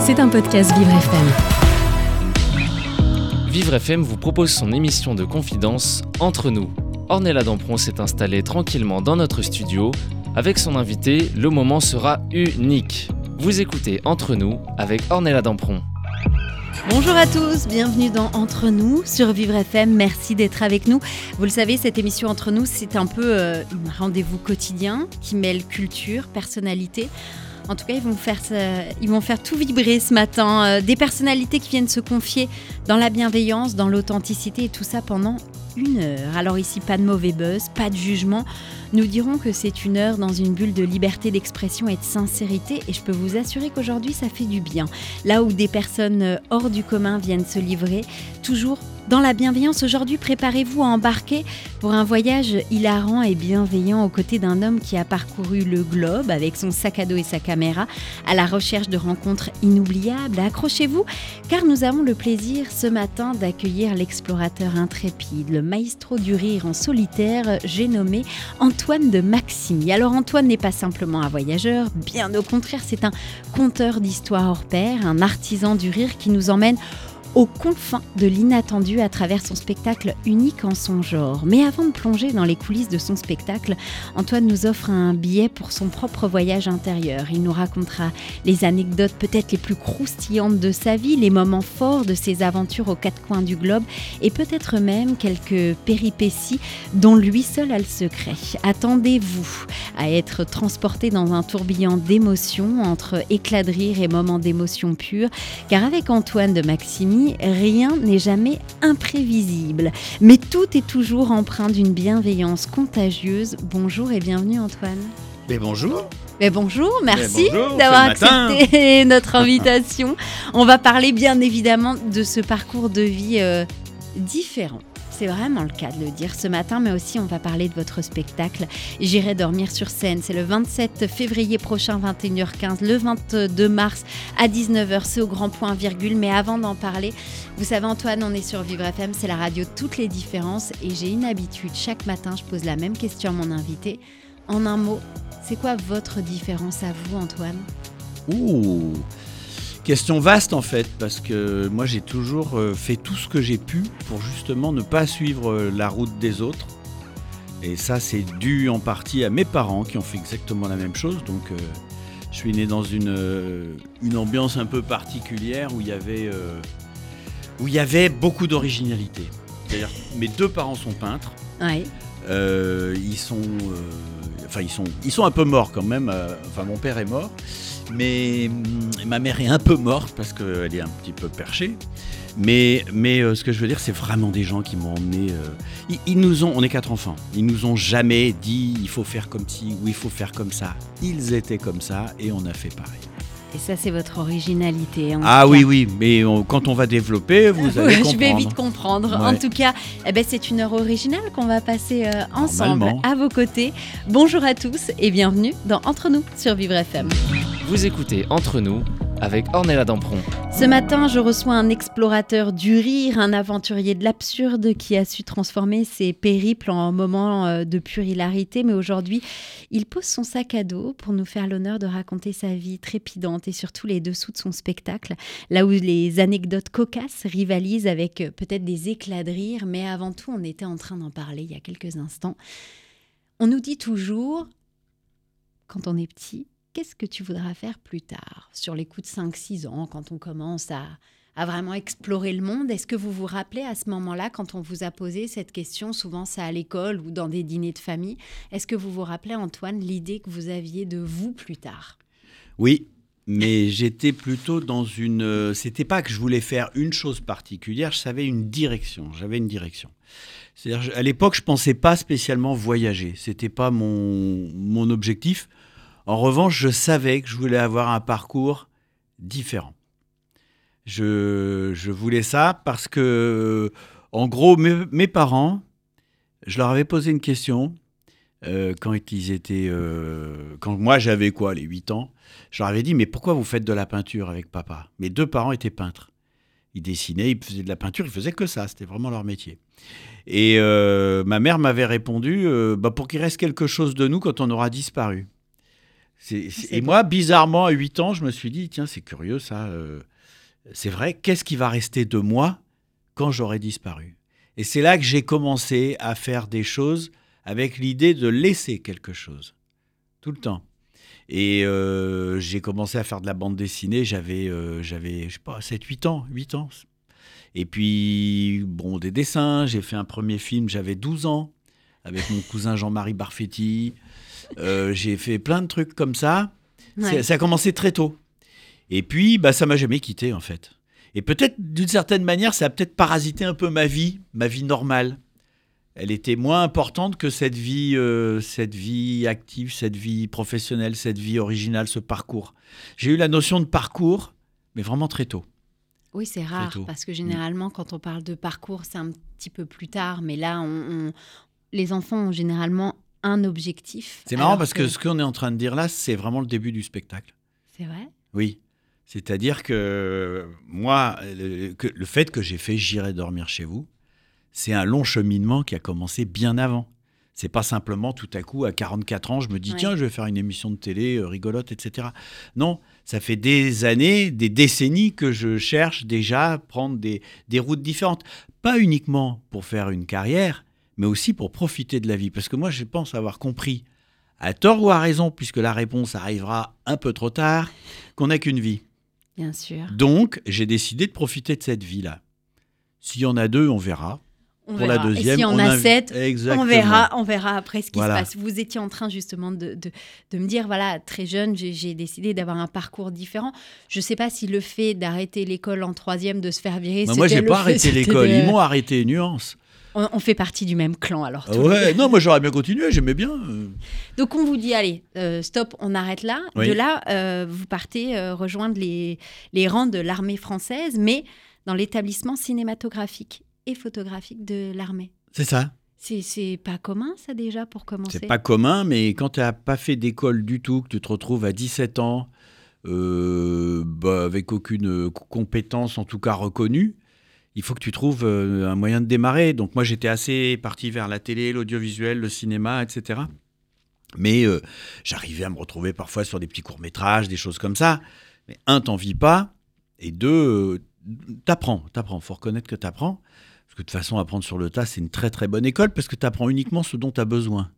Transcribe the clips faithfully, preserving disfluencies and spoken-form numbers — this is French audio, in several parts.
C'est un podcast Vivre F M. Vivre F M vous propose son émission de confidence Entre nous. Ornella Dampron s'est installée tranquillement dans notre studio. Avec son invité, le moment sera unique. Vous écoutez Entre nous avec Ornella Dampron. Bonjour à tous, bienvenue dans Entre nous sur Vivre F M, merci d'être avec nous. Vous le savez, cette émission Entre nous, c'est un peu euh, un rendez-vous quotidien qui mêle culture, personnalité. En tout cas, ils vont faire, ils vont faire tout vibrer ce matin. Euh, des personnalités qui viennent se confier dans la bienveillance, dans l'authenticité et tout ça pendant une heure. Alors ici, pas de mauvais buzz, pas de jugement. Nous dirons que c'est une heure dans une bulle de liberté d'expression et de sincérité. Et je peux vous assurer qu'aujourd'hui, ça fait du bien. Là où des personnes hors du commun viennent se livrer, toujours dans la bienveillance. Aujourd'hui, préparez-vous à embarquer pour un voyage hilarant et bienveillant aux côtés d'un homme qui a parcouru le globe avec son sac à dos et sa caméra à la recherche de rencontres inoubliables. Accrochez-vous, car nous avons le plaisir ce matin d'accueillir l'explorateur intrépide, le maestro du rire en solitaire, j'ai nommé Antoine de Maximi. Alors Antoine n'est pas simplement un voyageur, bien au contraire, c'est un conteur d'histoires hors pair, un artisan du rire qui nous emmène aux confins de l'inattendu à travers son spectacle unique en son genre. Mais avant de plonger dans les coulisses de son spectacle, Antoine nous offre un billet pour son propre voyage intérieur. Il nous racontera les anecdotes peut-être les plus croustillantes de sa vie, les moments forts de ses aventures aux quatre coins du globe et peut-être même quelques péripéties dont lui seul a le secret. Attendez-vous à être transporté dans un tourbillon d'émotions entre éclats de rire et moments d'émotion pure, car avec Antoine de Maximi, rien n'est jamais imprévisible, mais tout est toujours empreint d'une bienveillance contagieuse. Bonjour et bienvenue Antoine. Mais bonjour. Mais bonjour, merci Mais bonjour, d'avoir matin. accepté notre invitation. On va parler bien évidemment de ce parcours de vie euh, différent. C'est vraiment le cas de le dire ce matin, mais aussi on va parler de votre spectacle « J'irai dormir sur scène ». C'est le vingt-sept février prochain, vingt et une heures quinze, le vingt-deux mars à dix-neuf heures, c'est au grand point virgule. Mais avant d'en parler, vous savez Antoine, on est sur Vivre F M, c'est la radio de toutes les différences et j'ai une habitude, chaque matin je pose la même question à mon invité. En un mot, c'est quoi votre différence à vous Antoine ? Ouh, question vaste en fait, parce que moi j'ai toujours fait tout ce que j'ai pu pour justement ne pas suivre la route des autres. Et ça c'est dû en partie à mes parents qui ont fait exactement la même chose. Donc euh, je suis né dans une, euh, une ambiance un peu particulière où il y avait, euh, où il y avait beaucoup d'originalité. C'est-à-dire mes deux parents sont peintres. Ouais. Euh, ils sont, euh, enfin ils sont, ils sont un peu morts quand même. Euh, enfin mon père est mort. Mais ma mère est un peu morte parce qu'elle est un petit peu perchée. Mais, mais euh, ce que je veux dire, c'est vraiment des gens qui m'ont emmené. Euh, ils, ils nous ont, on est quatre enfants. Ils nous ont jamais dit il faut faire comme ci ou il faut faire comme ça. Ils étaient comme ça et on a fait pareil. Et ça, c'est votre originalité. Ah oui, oui, mais on, quand on va développer, vous allez comprendre. Je vais vite comprendre. Ouais. En tout cas, eh ben, c'est une heure originale qu'on va passer euh, ensemble à vos côtés. Bonjour à tous et bienvenue dans Entre nous sur Vivre F M. Vous écoutez Entre nous avec Ornella Dampron. Ce matin, je reçois un explorateur du rire, un aventurier de l'absurde qui a su transformer ses périples en moments de pure hilarité. Mais aujourd'hui, il pose son sac à dos pour nous faire l'honneur de raconter sa vie trépidante et surtout les dessous de son spectacle, là où les anecdotes cocasses rivalisent avec peut-être des éclats de rire. Mais avant tout, on était en train d'en parler il y a quelques instants. On nous dit toujours, quand on est petit, qu'est-ce que tu voudras faire plus tard ? Sur les coups de cinq six ans, quand on commence à, à vraiment explorer le monde, est-ce que vous vous rappelez à ce moment-là, quand on vous a posé cette question, souvent c'est à l'école ou dans des dîners de famille, est-ce que vous vous rappelez, Antoine, l'idée que vous aviez de vous plus tard ? Oui, mais j'étais plutôt dans une... Euh, c'était pas que je voulais faire une chose particulière, je savais une direction, j'avais une direction. C'est-à-dire, à l'époque, je pensais pas spécialement voyager, c'était pas mon, mon objectif. En revanche, je savais que je voulais avoir un parcours différent. Je, je voulais ça parce que, en gros, mes, mes parents, je leur avais posé une question euh, quand ils étaient... Euh, quand moi, j'avais quoi, les huit ans, je leur avais dit « Mais pourquoi vous faites de la peinture avec papa ?» Mes deux parents étaient peintres. Ils dessinaient, ils faisaient de la peinture, ils faisaient que ça, c'était vraiment leur métier. Et euh, ma mère m'avait répondu euh, bah, « Pour qu'il reste quelque chose de nous quand on aura disparu ». C'est, c'est... C'est Et beau. moi, bizarrement, à huit ans, je me suis dit, tiens, c'est curieux ça. euh, C'est vrai, qu'est-ce qui va rester de moi quand j'aurai disparu ? Et c'est là que j'ai commencé à faire des choses avec l'idée de laisser quelque chose, tout le temps. Et euh, j'ai commencé à faire de la bande dessinée, j'avais, euh, j'avais je sais pas, sept huit ans, huit ans. Et puis, bon, des dessins, j'ai fait un premier film, j'avais douze ans, avec mon cousin Jean-Marie Barfetti. Euh, j'ai fait plein de trucs comme ça. Ouais. C'est- ça a commencé très tôt. Et puis, bah, ça m'a jamais quitté, en fait. Et peut-être, d'une certaine manière, ça a peut-être parasité un peu ma vie, ma vie normale. Elle était moins importante que cette vie, euh, cette vie active, cette vie professionnelle, cette vie originale, ce parcours. J'ai eu la notion de parcours, mais vraiment très tôt. Oui, c'est rare, tôt. parce que généralement, quand on parle de parcours, c'est un petit peu plus tard. Mais là, on, on- les enfants ont généralement un objectif. C'est marrant alors parce que ce qu'on est en train de dire là, c'est vraiment le début du spectacle. C'est vrai. Oui. C'est-à-dire que moi, le, que, le fait que j'ai fait J'irai dormir chez vous, c'est un long cheminement qui a commencé bien avant. C'est pas simplement tout à coup, à quarante-quatre ans, je me dis, Ouais. tiens, je vais faire une émission de télé euh, rigolote, et cetera. Non, ça fait des années, des décennies que je cherche déjà à prendre des, des routes différentes. Pas uniquement pour faire une carrière, mais aussi pour profiter de la vie. Parce que moi, je pense avoir compris, à tort ou à raison, puisque la réponse arrivera un peu trop tard, qu'on n'a qu'une vie. Bien sûr. Donc, j'ai décidé de profiter de cette vie-là. S'il y en a deux, on verra. On Pour verra. la deuxième, Et si on, on a invi- sept, Exactement. on verra, on verra après ce qui Voilà. se passe. Vous étiez en train justement de, de, de me dire, voilà, très jeune, j'ai, j'ai décidé d'avoir un parcours différent. Je ne sais pas si le fait d'arrêter l'école en troisième, de se faire virer, Bah, c'était moi, j'ai le pas fait- arrêté c'était l'école. de- Ils m'ont arrêté, nuance. On, on fait partie du même clan alors. Ah tous les ouais, deux. non, moi, j'aurais bien continué. J'aimais bien. euh. Donc on vous dit, allez, euh, stop, on arrête là. Oui. De là, euh, vous partez euh, rejoindre les, les rangs de l'armée française, mais dans l'établissement cinématographique et photographique de l'armée. C'est ça. C'est, c'est pas commun, ça, déjà, pour commencer? C'est pas commun, mais quand tu n'as pas fait d'école du tout, que tu te retrouves à dix-sept ans, euh, bah, avec aucune euh, compétence, en tout cas reconnue, il faut que tu trouves euh, un moyen de démarrer. Donc moi, j'étais assez parti vers la télé, l'audiovisuel, le cinéma, et cetera. Mais euh, j'arrivais à me retrouver parfois sur des petits courts-métrages, des choses comme ça. Mais un, t'en vis pas. Et deux, euh, t'apprends. T'apprends. Faut reconnaître que t'apprends. Parce que de toute façon, apprendre sur le tas, c'est une très très bonne école parce que t'apprends uniquement ce dont t'as besoin.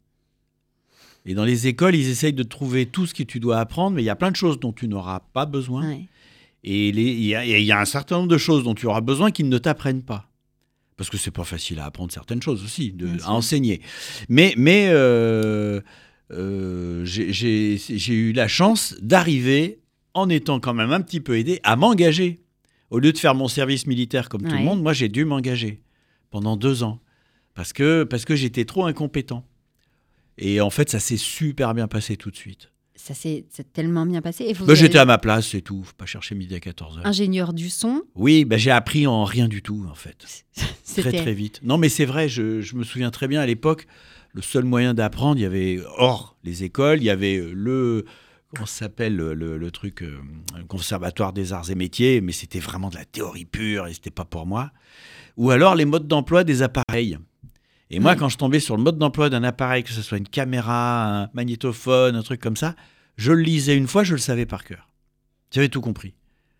Et dans les écoles, ils essayent de trouver tout ce que tu dois apprendre, mais il y a plein de choses dont tu n'auras pas besoin. Ouais. Et les- il y, a- il y a un certain nombre de choses dont tu auras besoin qu'ils ne t'apprennent pas. Parce que c'est pas facile à apprendre certaines choses aussi, de, Bien à sûr. enseigner. Mais, mais euh, euh, j'ai- j'ai j'ai eu la chance d'arriver, en étant quand même un petit peu aidé, à m'engager. Au lieu de faire mon service militaire comme tout Ouais. le monde, moi j'ai dû m'engager pendant deux ans. Parce que, parce que j'étais trop incompétent. Et en fait, ça s'est super bien passé tout de suite. Ça s'est c'est tellement bien passé. Et vous Bah, avez j'étais à ma place, c'est tout. Faut pas chercher midi à quatorze heures. ingénieur du son. Oui, bah, j'ai appris en rien du tout, en fait. C'était Très, très vite. Non, mais c'est vrai, je, je me souviens très bien, à l'époque, le seul moyen d'apprendre, il y avait, hors les écoles, il y avait le... Comment ça s'appelle, le, le- le truc euh, le conservatoire des arts et métiers, mais c'était vraiment de la théorie pure et c'était pas pour moi. Ou alors les modes d'emploi des appareils. Et moi, Ouais. quand je tombais sur le mode d'emploi d'un appareil, que ce soit une caméra, un magnétophone, un truc comme ça, je le lisais une fois, je le savais par cœur. J'avais tout compris.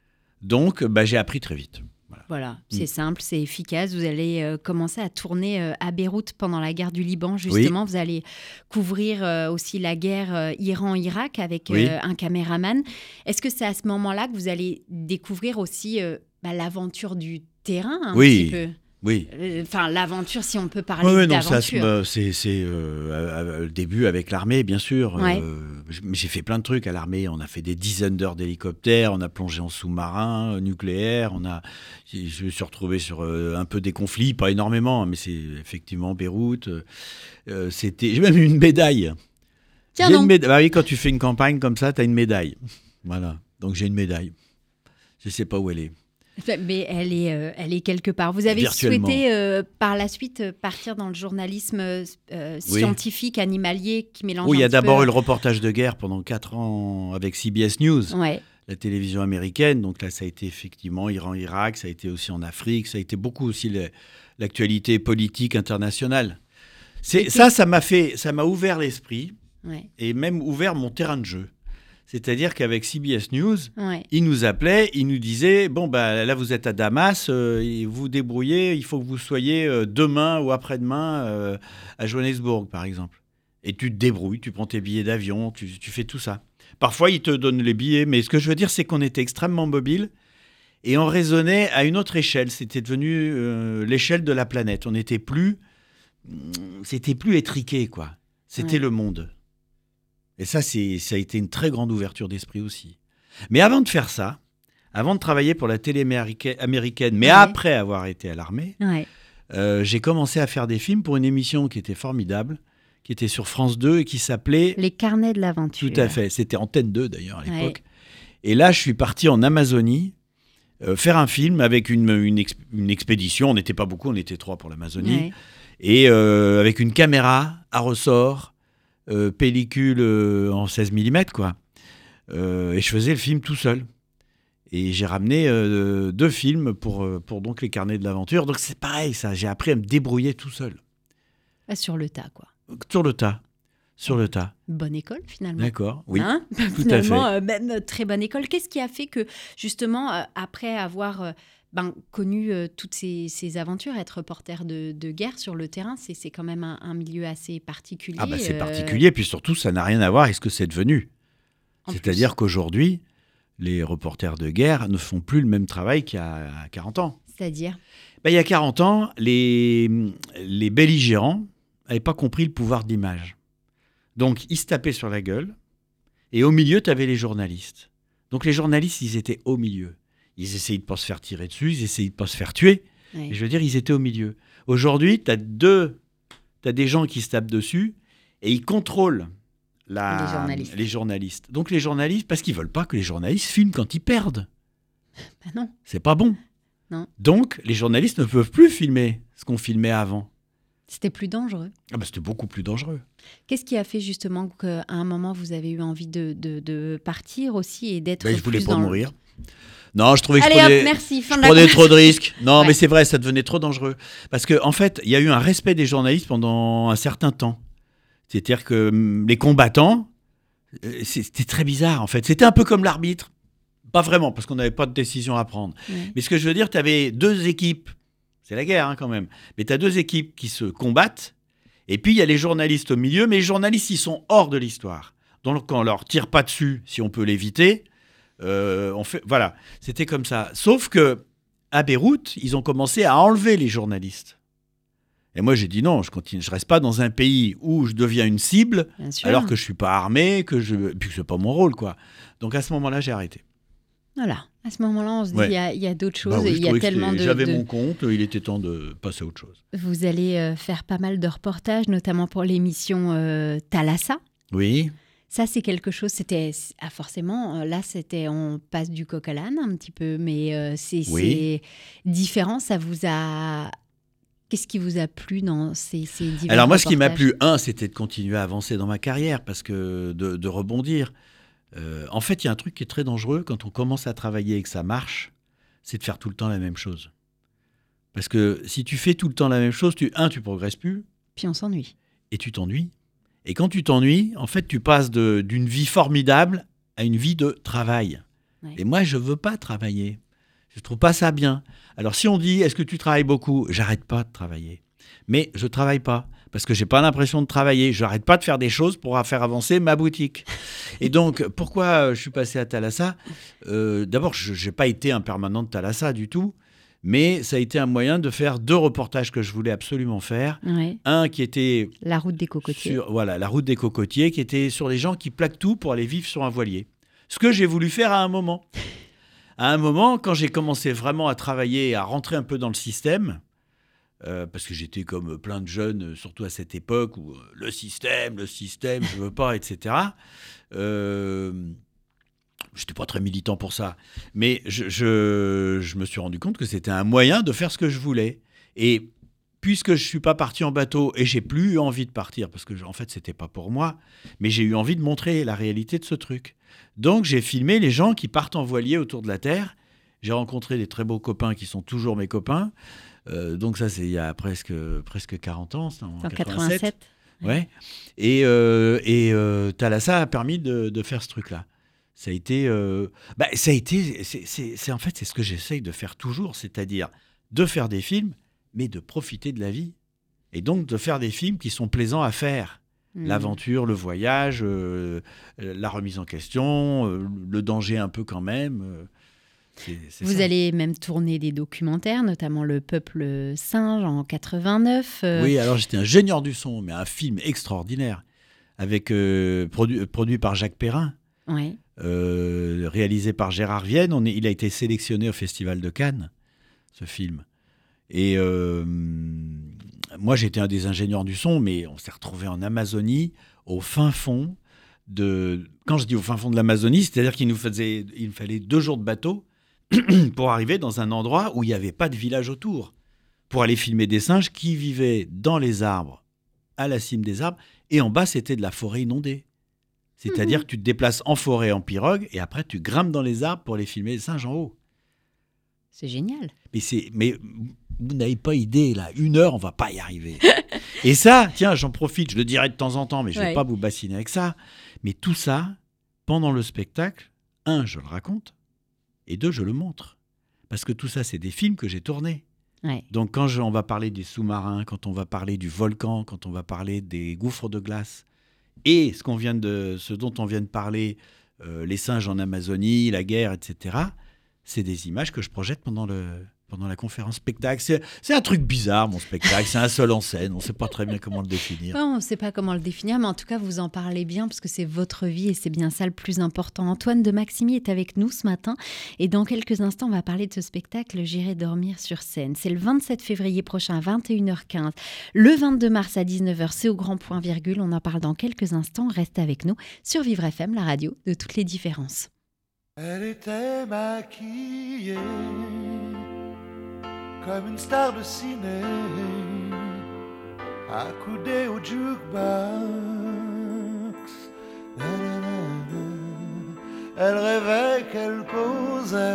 Donc, bah, j'ai appris très vite. Voilà. Voilà, c'est Mm. simple, c'est efficace. Vous allez euh, commencer à tourner euh, à Beyrouth pendant la guerre du Liban, justement. Vous allez couvrir euh, aussi la guerre euh, Iran-Irak avec euh, Oui. un caméraman. Est-ce que c'est à ce moment-là que vous allez découvrir aussi euh, bah, l'aventure du terrain un Oui. petit peu? Oui. Euh, Enfin, l'aventure, si on peut parler Oui, oui, non, ça, d'aventure. se- c'est c'est, euh, à- à- le début avec l'armée, bien sûr. Ouais. Euh, j- j'ai fait plein de trucs à l'armée. On a fait des dizaines d'heures d'hélicoptère, on a plongé en sous-marin, euh, nucléaire. On a, je me suis retrouvé sur euh, un peu des conflits, pas énormément, mais c'est effectivement Beyrouth. Euh, euh, c'était, j'ai même eu une médaille. Tiens J'ai donc. une méda- bah oui, quand tu fais une campagne comme ça, tu as une médaille. Voilà. Donc j'ai une médaille. Je sais pas où elle est. Mais elle est, euh, elle est quelque part. Vous avez Virtuellement. souhaité euh, par la suite euh, partir dans le journalisme euh, euh, Oui. scientifique, animalier, qui mélange Oui, il y un a petit d'abord peu- eu le reportage de guerre pendant quatre ans avec C B S News. Ouais. La télévision américaine. Donc là, ça a été effectivement Iran-Irak, ça a été aussi en Afrique, ça a été beaucoup aussi le- l'actualité politique internationale. C'est, Et ça, ça m'a fait, ça m'a ouvert l'esprit Ouais. et même ouvert mon terrain de jeu. C'est-à-dire qu'avec C B S News, Ouais. ils nous appelaient, ils nous disaient, bon, bah, là, vous êtes à Damas, euh, et vous vous débrouillez, il faut que vous soyez euh, demain ou après-demain euh, à Johannesburg, par exemple. Et tu te débrouilles, tu prends tes billets d'avion, tu, tu fais tout ça. Parfois, ils te donnent les billets, mais ce que je veux dire, c'est qu'on était extrêmement mobile et on raisonnait à une autre échelle. C'était devenu euh, l'échelle de la planète. On n'était plus... C'était plus étriqué, quoi. C'était Ouais. le monde. Et ça, c'est, ça a été une très grande ouverture d'esprit aussi. Mais avant de faire ça, avant de travailler pour la télé américa- américaine, mais Ouais. après avoir été à l'armée, Ouais. euh, j'ai commencé à faire des films pour une émission qui était formidable, qui était sur France deux et qui s'appelait... Les carnets de l'aventure. Tout à fait. C'était Antenne deux, d'ailleurs, à l'époque. Ouais. Et là, je suis parti en Amazonie euh, faire un film avec une, une, ex- une expédition. On n'était pas beaucoup, on était trois pour l'Amazonie. Ouais. Et euh, avec une caméra à ressort, euh, pellicule euh, en seize millimètres, quoi. Euh, et je faisais le film tout seul. Et j'ai ramené euh, deux films pour, euh, pour donc les carnets de l'aventure. Donc c'est pareil, ça. J'ai appris à me débrouiller tout seul. Ah, sur le tas, quoi. Sur le tas. Sur le tas. Bonne école, finalement. D'accord. Oui. Hein tout à Finalement, fait. euh, même euh, très bonne école. Qu'est-ce qui a fait que, justement, euh, après avoir euh, ben, connu euh, toutes ces, ces aventures, être reporter de, de guerre sur le terrain, c'est, c'est quand même un, un milieu assez particulier. Ah bah c'est euh, particulier. Puis surtout, ça n'a rien à voir avec ce que c'est devenu. en C'est-à-dire plus. qu'aujourd'hui, les reporters de guerre ne font plus le même travail qu'il y a quarante ans. C'est-à-dire Ben, il y a quarante ans, les, les belligérants n'avaient pas compris le pouvoir de l'image. Donc, ils se tapaient sur la gueule. Et au milieu, tu avais les journalistes. Donc, les journalistes, ils étaient au milieu. Ils essayaient de ne pas se faire tirer dessus, ils essayaient de ne pas se faire tuer. Ouais. Et je veux dire, ils étaient au milieu. Aujourd'hui, tu as deux... T'as des gens qui se tapent dessus et ils contrôlent la... Les journalistes. les journalistes. Donc, les journalistes, parce qu'ils ne veulent pas que les journalistes filment quand ils perdent. Ben non. C'est pas bon. Non. Donc, les journalistes ne peuvent plus filmer ce qu'on filmait avant. C'était plus dangereux. Ah bah, c'était beaucoup plus dangereux. Qu'est-ce qui a fait justement qu'à un moment, vous avez eu envie de, de, de partir aussi et d'être Bah, je voulais plus pas dans le- mourir. Non, je trouvais que Allez je hop, prenais, merci. Fin je de la prenais conversation. trop de risques. Non, Ouais. mais c'est vrai, ça devenait trop dangereux. Parce qu'en en fait, il y a eu un respect des journalistes pendant un certain temps. C'est-à-dire que hum, les combattants, euh, c'était très bizarre en fait. C'était un peu comme l'arbitre. Pas vraiment, parce qu'on n'avait pas de décision à prendre. Ouais. Mais ce que je veux dire, tu avais deux équipes. C'est la guerre hein, quand même. Mais tu as deux équipes qui se combattent. Et puis, il y a les journalistes au milieu. Mais les journalistes, ils sont hors de l'histoire. Donc, on leur tire pas dessus, si on peut l'éviter. Euh, on fait, voilà, c'était comme ça. Sauf que à Beyrouth, ils ont commencé à enlever les journalistes. Et moi, j'ai dit non, je continue, je reste pas dans un pays où je deviens une cible, Bien sûr. alors que je suis pas armé, que je, puis que c'est pas mon rôle, quoi. Donc à ce moment-là, j'ai arrêté. Voilà. À ce moment-là, on se dit, Ouais. il y a, il y a d'autres choses. Bah oui, et je il y a trouvais que tellement c'était- de... J'avais de- mon compte, il était temps de passer à autre chose. Vous allez euh, faire pas mal de reportages, notamment pour l'émission euh, Thalassa. Oui. Ça, c'est quelque chose, c'était ah, forcément, euh, là, c'était, on passe du coq à l'âne un petit peu, mais euh, c'est, Oui. c'est différent. Ça vous a... Qu'est-ce qui vous a plu dans ces, ces divers Alors moi, ce qui m'a reportages plu, un, c'était de continuer à avancer dans ma carrière, parce que de, de rebondir. Euh, en fait, il y a un truc qui est très dangereux quand on commence à travailler et que ça marche, c'est de faire tout le temps la même chose. Parce que si tu fais tout le temps la même chose, tu, un, tu progresses plus Puis on s'ennuie. et tu t'ennuies. Et quand tu t'ennuies, en fait, tu passes de- d'une vie formidable à une vie de travail. Ouais. Et moi, je veux pas travailler. Je trouve pas ça bien. Alors, si on dit, est-ce que tu travailles beaucoup ? J'arrête pas de travailler. Mais je travaille pas parce que j'ai pas l'impression de travailler. Je n'arrête pas de faire des choses pour faire avancer ma boutique. Et donc, pourquoi je suis passé à Thalassa ? euh, D'abord, je n'ai pas été un permanent de Thalassa du tout, mais ça a été un moyen de faire deux reportages que je voulais absolument faire. Ouais. Un qui était La route des cocotiers. sur voilà, la route des cocotiers, qui était sur les gens qui plaquent tout pour aller vivre sur un voilier. Ce que j'ai voulu faire à un moment. À un moment, quand j'ai commencé vraiment à travailler, à rentrer un peu dans le système, euh, parce que j'étais comme plein de jeunes, surtout à cette époque où euh, le système, le système, je veux pas, et cetera. Euh, j'étais pas très militant pour ça, mais je, je, je me suis rendu compte que c'était un moyen de faire ce que je voulais. Et puisque je suis pas parti en bateau et j'ai plus eu envie de partir, parce que en fait c'était pas pour moi, mais j'ai eu envie de montrer la réalité de ce truc. Donc j'ai filmé les gens qui partent en voilier autour de la Terre. J'ai rencontré des très beaux copains qui sont toujours mes copains. Euh, donc ça, c'est il y a presque, presque quarante ans, c'est en En quatre-vingt-sept. quatre-vingt-sept. Ouais. Et, euh, et euh, Thalassa a permis de, de faire ce truc-là. Ça a été, euh, bah, ça a été, c'est, c'est, c'est en fait c'est ce que j'essaye de faire toujours, c'est-à-dire de faire des films, mais de profiter de la vie, et donc de faire des films qui sont plaisants à faire. Mmh. L'aventure, le voyage, euh, la remise en question, euh, le danger un peu quand même. Euh, c'est, c'est Vous ça. allez même tourner des documentaires, notamment Le Peuple Singe en quatre-vingt-neuf. Euh... Oui, alors j'étais ingénieur du son, mais un film extraordinaire, avec euh, produ- produit par Jacques Perrin. Oui. Euh, réalisé par Gérard Vienne. On est, il a été sélectionné au Festival de Cannes, ce film. Et euh, moi, j'étais un des ingénieurs du son, mais on s'est retrouvé en Amazonie, au fin fond de... Quand je dis au fin fond de l'Amazonie, c'est-à-dire qu'il nous faisait, il nous fallait deux jours de bateau pour arriver dans un endroit où il n'y avait pas de village autour, pour aller filmer des singes qui vivaient dans les arbres, à la cime des arbres, et en bas, c'était de la forêt inondée. C'est-à-dire mmh. que tu te déplaces en forêt en pirogue et après tu grimpes dans les arbres pour aller filmer les singes en haut. C'est génial. Mais, c'est, mais vous n'avez pas idée, là. Une heure, on ne va pas y arriver. Et ça, tiens, j'en profite, je le dirai de temps en temps, mais je ne vais ouais. pas vous bassiner avec ça. Mais tout ça, pendant le spectacle, un, je le raconte, et deux, je le montre. Parce que tout ça, c'est des films que j'ai tournés. Ouais. Donc quand je, on va parler des sous-marins, quand on va parler du volcan, quand on va parler des gouffres de glace, et ce, qu'on vient de, ce dont on vient de parler, euh, les singes en Amazonie, la guerre, et cetera, c'est des images que je projette pendant, le, pendant la conférence spectacle. C'est, c'est un truc bizarre, mon spectacle. C'est un seul en scène. On ne sait pas très bien comment le définir. Non, on ne sait pas comment le définir, mais en tout cas, vous en parlez bien parce que c'est votre vie et c'est bien ça le plus important. Antoine de Maximi est avec nous ce matin et dans quelques instants, on va parler de ce spectacle « J'irai dormir sur scène ». C'est le vingt-sept février prochain à vingt et une heures quinze. Le vingt-deux mars à dix-neuf heures, c'est au Grand Point Virgule. On en parle dans quelques instants. Restez avec nous sur Vivre F M, la radio de toutes les différences. Elle était maquillée comme une star de ciné, accoudée au jukebox. Elle rêvait qu'elle causait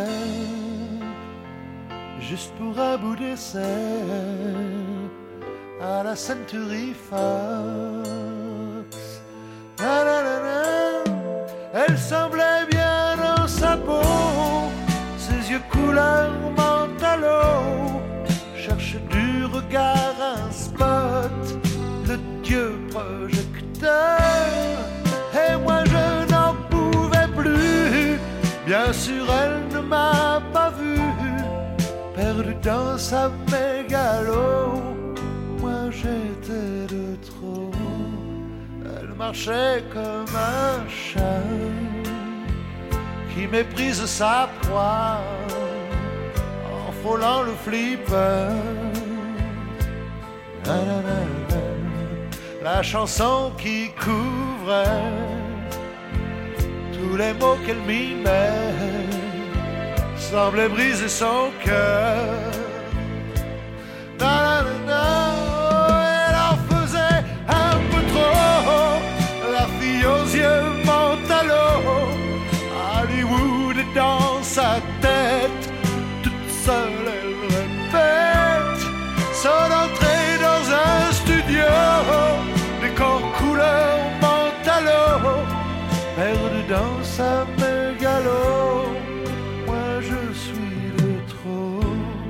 juste pour un bout d'essai à la Century Fox. Elle semblait bien dans sa peau, ses yeux couleur mentalo, cherche du regard un spot, le dieu projecteur. Et moi je n'en pouvais plus, bien sûr elle ne m'a pas vu, perdu dans sa mégalo, moi j'étais de trop. Elle marchait comme un chat qui méprise sa proie en frôlant le flipper. La chanson qui couvrait tous les mots qu'elle mimait semblait briser son cœur. Elle en faisait un peu trop, la fille aux yeux mentalo. Hollywood est dans sa tête, toute seule elle répète son entrée dans un studio, décor couleur mentalo, perdu dans sa mégalo. Moi je suis de trop.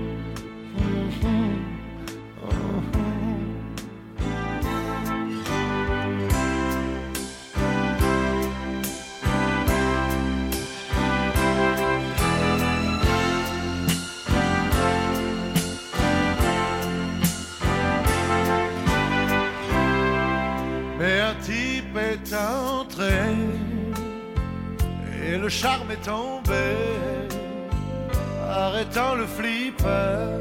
Mais un type est entré et le charme est tombé, arrêtant le flipper.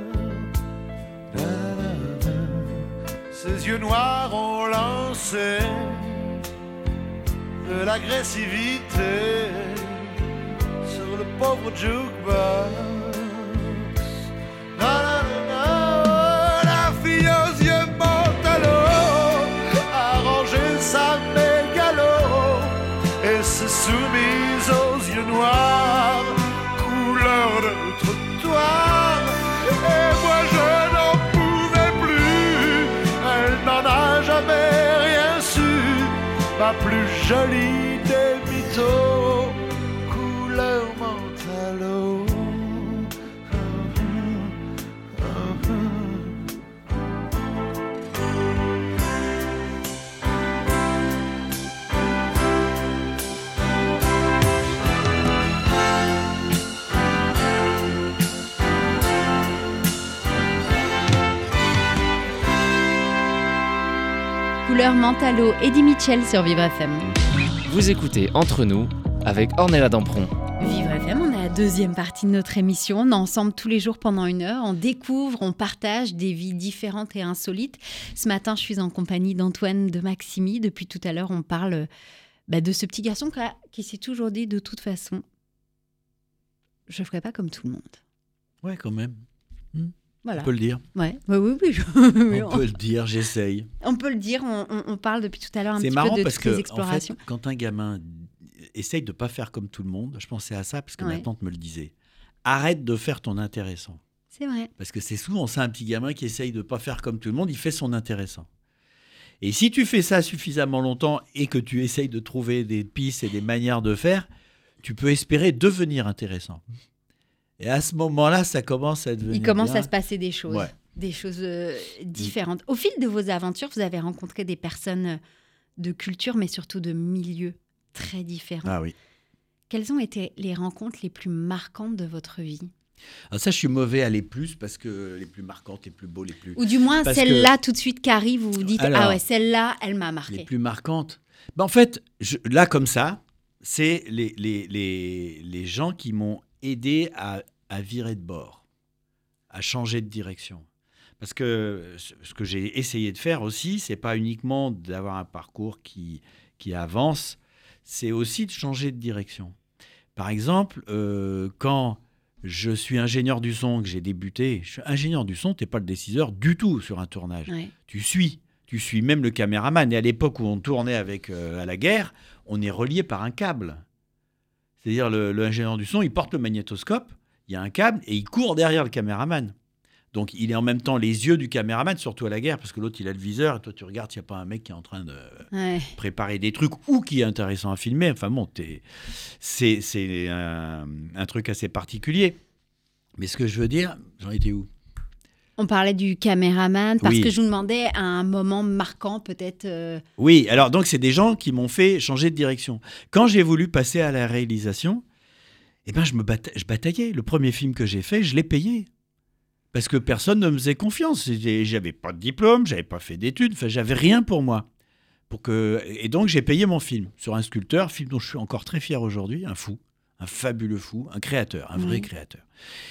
Ses yeux noirs ont lancé de l'agressivité sur le pauvre jukebox. La fille aux yeux mentalo a rangé sa mégalo et s'est soumise aux yeux noirs, couleur de trottoir. Et moi je n'en pouvais plus, elle n'en a jamais rien su, ma plus jolie des mythos. Sœurs, Mentalo, Eddie Mitchell sur Vivre F M. Vous écoutez Entre nous avec Ornella Dampron. Vivre F M, on est à la deuxième partie de notre émission. On est ensemble tous les jours pendant une heure. On découvre, on partage des vies différentes et insolites. Ce matin, je suis en compagnie d'Antoine de Maximi. Depuis tout à l'heure, on parle bah, de ce petit garçon qui, a, qui s'est toujours dit de toute façon, je ne ferai pas comme tout le monde. Ouais, quand même. Hmm. Voilà. On peut le dire. Ouais. Ouais, oui, oui, oui. On peut le dire, j'essaye. On peut le dire, on, on, on parle depuis tout à l'heure un C'est petit marrant peu de parce toutes que, les explorations. en fait, quand un gamin essaye de ne pas faire comme tout le monde, je pensais à ça parce que Ouais. ma tante me le disait. Arrête de faire ton intéressant. C'est vrai. Parce que c'est souvent ça, un petit gamin qui essaye de ne pas faire comme tout le monde, il fait son intéressant. Et si tu fais ça suffisamment longtemps et que tu essayes de trouver des pistes et des manières de faire, tu peux espérer devenir intéressant. Et à ce moment-là, ça commence à devenir Il commence bien. à se passer des choses, Ouais. des choses euh, différentes. Au fil de vos aventures, vous avez rencontré des personnes de culture, mais surtout de milieux très différents. Ah oui. Quelles ont été les rencontres les plus marquantes de votre vie ? Alors ça, je suis mauvais à les plus parce que les plus marquantes, les plus beaux, les plus... Ou du moins, Parce celle-là, tout de suite, qui arrive, vous vous dites « Alors, Ah ouais, celle-là, elle m'a marqué Les plus marquantes. Ben, en fait, je- là, comme ça, c'est les, les, les, les gens qui m'ont aidé à, à virer de bord, à changer de direction. Parce que ce ce que j'ai essayé de faire aussi, c'est pas uniquement d'avoir un parcours qui, qui avance, c'est aussi de changer de direction. Par exemple, euh, quand je suis ingénieur du son, que j'ai débuté, je suis ingénieur du son, tu n'es pas le décideur du tout sur un tournage. Ouais. Tu suis, tu suis même le caméraman. Et à l'époque où on tournait avec euh, à la guerre, on est relié par un câble. C'est-à-dire le, le ingénieur du son, il porte le magnétoscope, il y a un câble et il court derrière le caméraman. Donc il est en même temps les yeux du caméraman, surtout à la guerre, parce que l'autre il a le viseur et toi tu regardes s'il n'y a pas un mec qui est en train de Ouais. préparer des trucs ou qui est intéressant à filmer. Enfin bon, t'es- c'est, c'est un, un truc assez particulier. Mais ce que je veux dire, j'en étais où ? On parlait du caméraman, parce Oui. que je vous demandais à un moment marquant, peut-être... euh, Oui, alors donc c'est des gens qui m'ont fait changer de direction. Quand j'ai voulu passer à la réalisation, eh ben je me bata- je bataillais. Le premier film que j'ai fait, je l'ai payé. Parce que personne ne me faisait confiance. J'ai- J'avais pas de diplôme, j'avais pas fait d'études, enfin j'avais rien pour moi. Pour que... Et donc j'ai payé mon film sur un sculpteur, film dont je suis encore très fier aujourd'hui, un fou, un fabuleux fou, un créateur, un vrai Oui. créateur.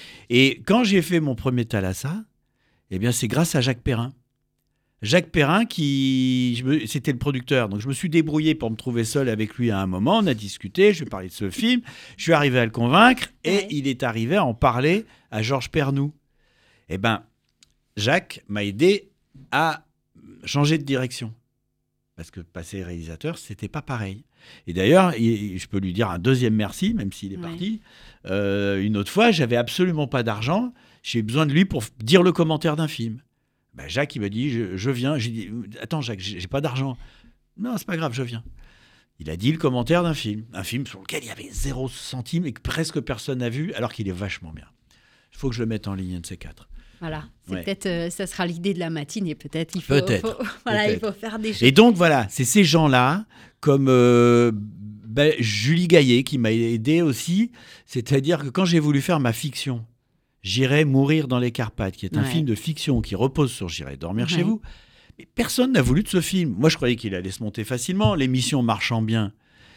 Et quand j'ai fait mon premier Thalassa, eh bien c'est grâce à Jacques Perrin. Jacques Perrin, qui, je me- c'était le producteur, donc je me suis débrouillé pour me trouver seul avec lui à un moment. On a discuté, je lui ai parlé de ce film, je suis arrivé à le convaincre et Ouais. il est arrivé à en parler à Georges Pernou. Eh ben, Jacques m'a aidé à changer de direction. Parce que passer réalisateur, c'était pas pareil. Et d'ailleurs, il- je peux lui dire un deuxième merci, même s'il est Ouais. parti. Euh, une autre fois, j'avais absolument pas d'argent. J'ai eu besoin de lui pour f- dire le commentaire d'un film. Ben, Jacques, il m'a dit, je, je viens. J'ai dit, attends, Jacques, j'ai j'ai pas d'argent. Non, c'est pas grave, je viens. Il a dit le commentaire d'un film. Un film sur lequel il y avait zéro centime et que presque personne n'a vu, alors qu'il est vachement bien. Il faut que je le mette en ligne, un de ces quatre. Voilà, c'est Ouais. peut-être, euh, ça sera l'idée de la matinée, peut-être. Il faut, Peut-être, faut- voilà, il peut-être. faut faire des choses. Et donc voilà, c'est ces gens-là, comme euh, ben, Julie Gaillet qui m'a aidé aussi, c'est-à-dire que quand j'ai voulu faire ma fiction, J'irai mourir dans les Carpates, qui est un Ouais. film de fiction qui repose sur J'irai dormir Ouais. chez vous, mais personne n'a voulu de ce film. Moi, je croyais qu'il allait se monter facilement, l'émission marchant bien.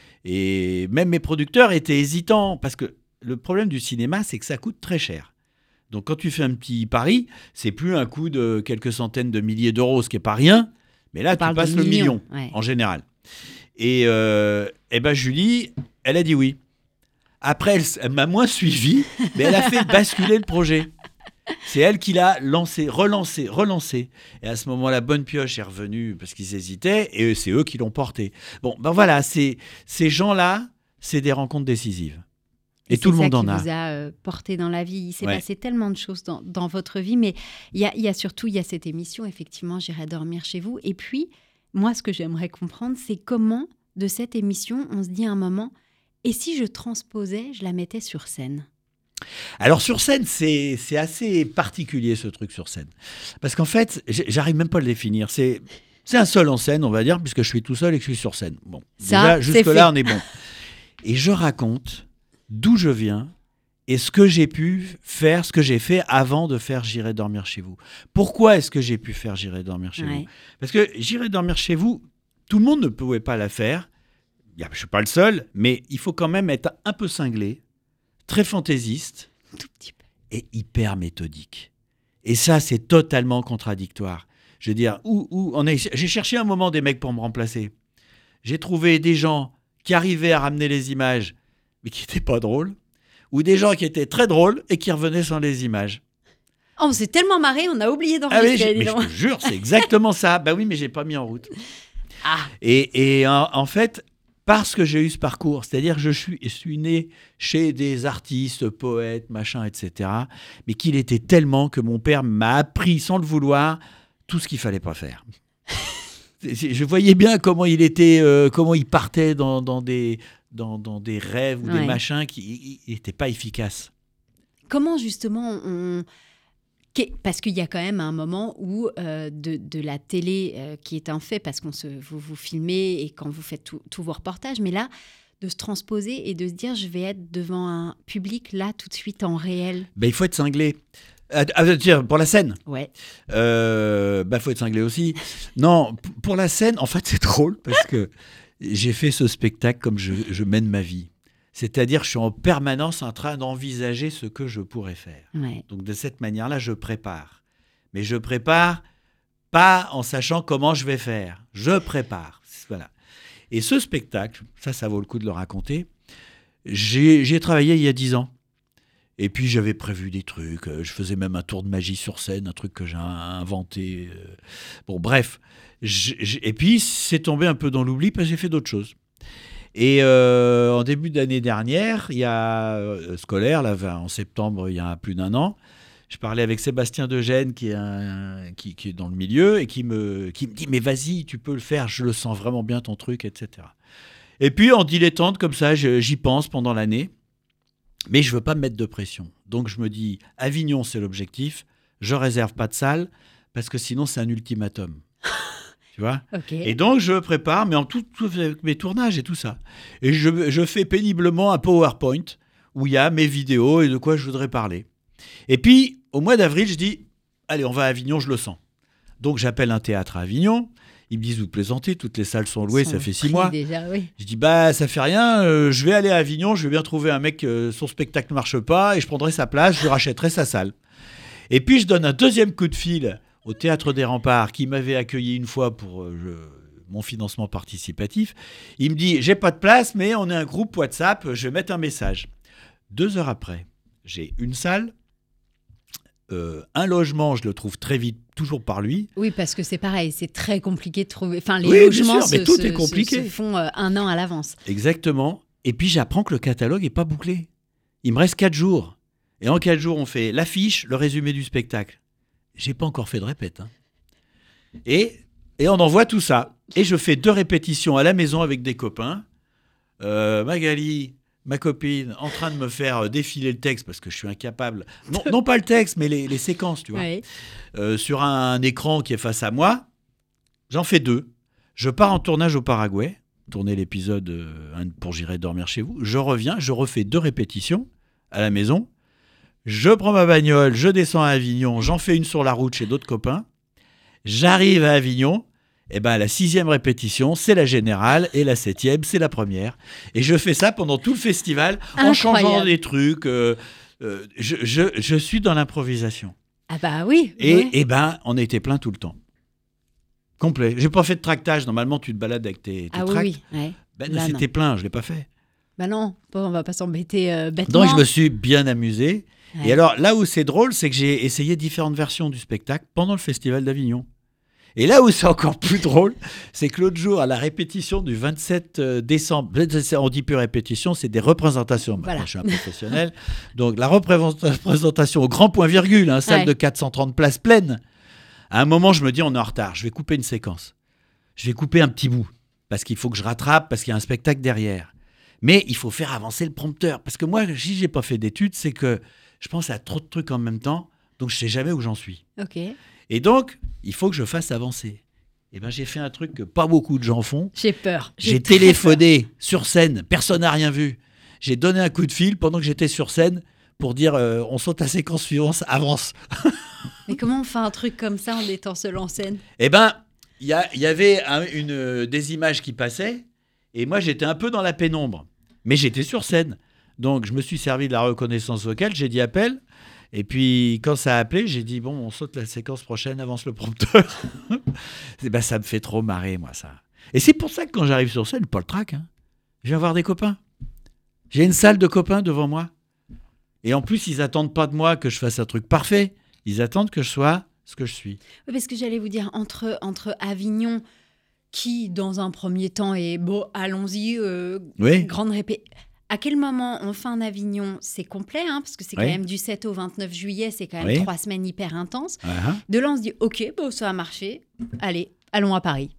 Et même mes producteurs étaient hésitants, parce que le problème du cinéma, c'est que ça coûte très cher. Donc quand tu fais un petit pari, c'est plus un coût de quelques centaines de milliers d'euros, ce qui n'est pas rien, mais là, On tu parle de passes le millions, million, ouais. en général. Et, euh, eh ben Julie, elle a dit oui. Après, elle, s- elle m'a moins suivi, mais elle a fait basculer le projet. C'est elle qui l'a lancé, relancé, relancé. Et à ce moment-là, Bonne Pioche est revenue parce qu'ils hésitaient, et c'est eux qui l'ont porté. Bon, ben voilà, c'est, ces gens-là, c'est des rencontres décisives. Et, tout le monde en C'est ça a. qui vous a euh, porté dans la vie. Il s'est Ouais. passé tellement de choses dans, dans votre vie, mais il y a, il y a surtout il y a cette émission, effectivement, J'irai dormir chez vous. Et puis, moi, ce que j'aimerais comprendre, c'est comment, de cette émission, on se dit à un moment, et si je transposais, je la mettais sur scène ? Alors sur scène, c'est, c'est assez particulier ce truc sur scène. Parce qu'en fait, j'ai- j'arrive même pas à le définir. C'est, c'est un seul en scène, on va dire, puisque je suis tout seul et que je suis sur scène. Bon, Ça, déjà, c'est jusque-là, fait. on est bon. Et je raconte d'où je viens et ce que j'ai pu faire, ce que j'ai fait avant de faire J'irai dormir chez vous. Pourquoi est-ce que j'ai pu faire J'irai dormir chez Ouais. vous ? Parce que J'irai dormir chez vous, tout le monde ne pouvait pas la faire. Je ne suis pas le seul, mais il faut quand même être un peu cinglé, très fantaisiste Tout petit peu. et hyper méthodique. Et ça, c'est totalement contradictoire. Je veux dire, où, où on est, j'ai cherché un moment des mecs pour me remplacer. J'ai trouvé des gens qui arrivaient à ramener les images, mais qui n'étaient pas drôles, ou des gens qui étaient très drôles et qui revenaient sans les images. Oh, on s'est tellement marré, on a oublié Ah oui, d'enregistrer. j'ai- dis mais je donc. te jure, c'est exactement ça. Bah oui, mais j'ai pas mis en route. Ah, Et, et en, en fait, parce que j'ai eu ce parcours, c'est-à-dire que je suis, je suis né chez des artistes, poètes, machin, et cetera, mais qu'il était tellement que mon père m'a appris, sans le vouloir, tout ce qu'il fallait pas faire. C'est- c'est- Je voyais bien comment il était, euh, comment il partait dans, dans des, dans, dans des rêves ou Ouais. des machins qui n'étaient pas efficaces. comment justement on... qu'est- Parce qu'il y a quand même un moment où euh, de, de la télé, euh, qui est un fait, parce qu'on se, vous vous filmez et quand vous faites tout- tous vos reportages, mais là, de se transposer et de se dire, je vais être devant un public là, tout de suite, en réel. Ben, il faut être cinglé. Ah, ah, tiens, pour la scène, Ouais. euh, bah, faut être cinglé aussi. Non, p- pour la scène, en fait, c'est drôle parce que j'ai fait ce spectacle comme je, je mène ma vie. C'est-à-dire, je suis en permanence en train d'envisager ce que je pourrais faire. Ouais. Donc, de cette manière-là, je prépare. Mais je prépare pas en sachant comment je vais faire. Je prépare. Voilà. Et ce spectacle, ça, ça vaut le coup de le raconter. J'ai, j'y ai travaillé il y a dix ans. Et puis, j'avais prévu des trucs. Euh, Je faisais même un tour de magie sur scène, un truc que j'ai inventé. euh. Bon, bref. J'- j'- Et puis, c'est tombé un peu dans l'oubli parce que j'ai fait d'autres choses. Et euh, en début d'année dernière, il y a euh, scolaire, là, en septembre, il y a plus d'un an, je parlais avec Sébastien Degène, qui est, un, qui, qui est dans le milieu, et qui me, qui me dit « Mais vas-y, tu peux le faire, je le sens vraiment bien ton truc, et cetera » Et puis, en dilettante, comme ça, je- j'y pense pendant l'année, mais je veux pas me mettre de pression. Donc, je me dis « Avignon, c'est l'objectif, je réserve pas de salle, parce que sinon, c'est un ultimatum. » Tu vois ? Ok. Et donc, je prépare, mais en tout, tout avec mes tournages et tout ça. Et je, je fais péniblement un PowerPoint où il y a mes vidéos et de quoi je voudrais parler. Et puis, au mois d'avril, je dis, allez, on va à Avignon, je le sens. Donc, j'appelle un théâtre à Avignon. Ils me disent, vous plaisantez, toutes les salles sont louées, Sont ça fait six pris mois. déjà, oui. Je dis, bah, ça fait rien, euh, je vais aller à Avignon, je vais bien trouver un mec, euh, son spectacle ne marche pas, et je prendrai sa place, je lui rachèterai sa salle. Et puis, je donne un deuxième coup de fil au Théâtre des Remparts, qui m'avait accueilli une fois pour euh, je- mon financement participatif. Il me dit, j'ai pas de place, mais on est un groupe WhatsApp, je vais mettre un message. Deux heures après, j'ai une salle, euh, un logement, je le trouve très vite, toujours par lui. Oui, parce que c'est pareil, c'est très compliqué de trouver. Enfin, les Oui, bien logements sûr, mais se, tout se- est compliqué. se- se font euh, un an à l'avance. Exactement. Et puis j'apprends que le catalogue n'est pas bouclé. Il me reste quatre jours. Et en quatre jours, on fait l'affiche, le résumé du spectacle. J'ai pas encore fait de répète. Hein. Et, et on envoie tout ça. Et je fais deux répétitions à la maison avec des copains. Euh, Magali, ma copine, en train de me faire défiler le texte parce que je suis incapable. Non, non pas le texte, mais les, les séquences, tu vois. Ouais. Euh, sur un écran qui est face à moi. J'en fais deux. Je pars en tournage au Paraguay, tourner l'épisode euh, un pour J'irai dormir chez vous. Je reviens, je refais deux répétitions à la maison. Je prends ma bagnole, je descends à Avignon, j'en fais une sur la route chez d'autres copains. J'arrive à Avignon, et ben la sixième répétition, c'est la générale, et la septième, c'est la première. Et je fais ça pendant tout le festival, en changeant Incroyable. des trucs. euh, euh, je, je, je suis dans l'improvisation. Ah bah oui. Et, ouais. et ben, on était plein tout le temps. Complet. J'ai pas fait de tractage. Normalement, tu te balades avec tes, tes Ah oui, tracts. oui. Ouais. Ben, Là, c'était plein, je l'ai pas fait. Bah non, bon, on va pas s'embêter euh, bêtement. Donc, je me suis bien amusé. Ouais. Et alors, là où c'est drôle, c'est que j'ai essayé différentes versions du spectacle pendant le Festival d'Avignon. Et là où c'est encore plus drôle, c'est que l'autre jour, à la répétition du vingt-sept décembre, on dit plus répétition, c'est des représentations. Bah, Voilà. moi, je suis un professionnel. Donc, la représent- représentation au grand point virgule, hein, salle Ouais. de quatre cent trente places pleines. À un moment, je me dis, on est en retard, je vais couper une séquence. Je vais couper un petit bout, parce qu'il faut que je rattrape, parce qu'il y a un spectacle derrière. Mais il faut faire avancer le prompteur. Parce que moi, si j'ai pas fait d'études, c'est que je pense à trop de trucs en même temps, donc je sais jamais où j'en suis. Ok. Et donc, il faut que je fasse avancer. Et ben, j'ai fait un truc que pas beaucoup de gens font. J'ai peur. J'ai très téléphoné sur scène, personne n'a rien vu. J'ai donné un coup de fil pendant que j'étais sur scène pour dire euh, on saute à séquence suivante, avance. Mais comment on fait un truc comme ça en étant seul en scène ? Eh ben, il y, y avait un, une, euh, des images qui passaient, et moi j'étais un peu dans la pénombre, mais j'étais sur scène. Donc je me suis servi de la reconnaissance vocale, j'ai dit appel, et puis quand ça a appelé, j'ai dit bon, on saute la séquence prochaine, avance le prompteur. Et ben, ça me fait trop marrer, moi, ça. Et c'est pour ça que quand j'arrive sur scène, pas le trac, hein, je vais avoir des copains. J'ai une salle de copains devant moi. Et en plus, ils attendent pas de moi que je fasse un truc parfait. Ils attendent que je sois ce que je suis. Oui, parce que j'allais vous dire, entre, entre Avignon, qui, dans un premier temps, est bon, allons-y, euh, Oui. grande répé... À quel moment on fait un Avignon ? C'est complet, hein, parce que c'est quand Oui. même du sept au vingt-neuf juillet, c'est quand même Oui. trois semaines hyper intenses. Uh-huh. De là, on se dit, ok, bon, ça a marché, allez, allons à Paris.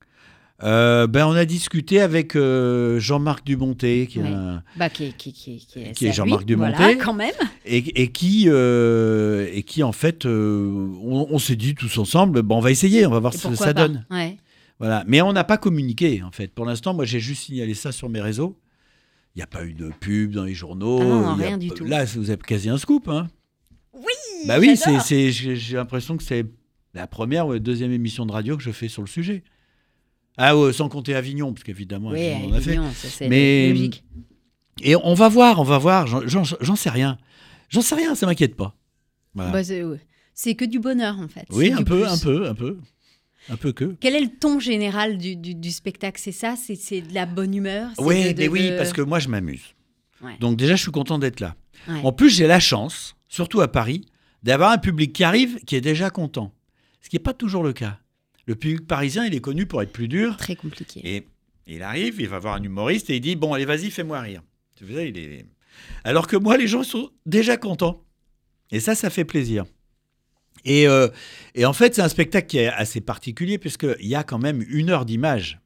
Euh, ben, on a discuté avec euh, Jean-Marc Dumonté, qui, est Oui. un- Bah, qui, qui, qui, qui est, Qui est c'est à lui, Jean-Marc Dumontet. Voilà, quand même. et, et qui, euh, et qui en fait, euh, on, on s'est dit tous ensemble, bon, on va essayer, on va voir Et ce que pourquoi ça pas. donne. Ouais. Voilà. Mais on n'a pas communiqué, en fait. Pour l'instant, moi, j'ai juste signalé ça sur mes réseaux. Il n'y a pas eu de pub dans les journaux. Ah non, il y a rien du p- tout. Là, vous avez quasi un scoop. Hein. Oui, Bah oui, c'est, j'adore. c'est, j'ai, j'ai l'impression que c'est la première ou la deuxième émission de radio que je fais sur le sujet. Ah ouais, sans compter Avignon, parce qu'évidemment, Oui, Avignon, on en a fait. Avignon, ça, c'est Mais- logique. Et on va voir, on va voir. J'en, j'en, j'en sais rien. J'en sais rien, ça m'inquiète pas. Voilà. Bah, c'est, ouais. C'est que du bonheur, en fait. oui, C'est un du peu, plus. un peu, un peu. Un peu que. Quel est le ton général du, du, du spectacle ? C'est ça ? C'est, c'est de la bonne humeur ? C'est Oui, de- de- mais oui, de- parce que moi, je m'amuse. Ouais. Donc déjà, je suis content d'être là. Ouais. En plus, j'ai la chance, surtout à Paris, d'avoir un public qui arrive qui est déjà content. Ce qui n'est pas toujours le cas. Le public parisien, il est connu pour être plus dur. Très compliqué. Et il arrive, il va voir un humoriste et il dit « Bon, allez, vas-y, fais-moi rire. » Tu vois, il est... Alors que moi, les gens sont déjà contents. Et ça, ça fait plaisir. Et, euh, et en fait, c'est un spectacle qui est assez particulier puisqu'il y a quand même une heure d'image.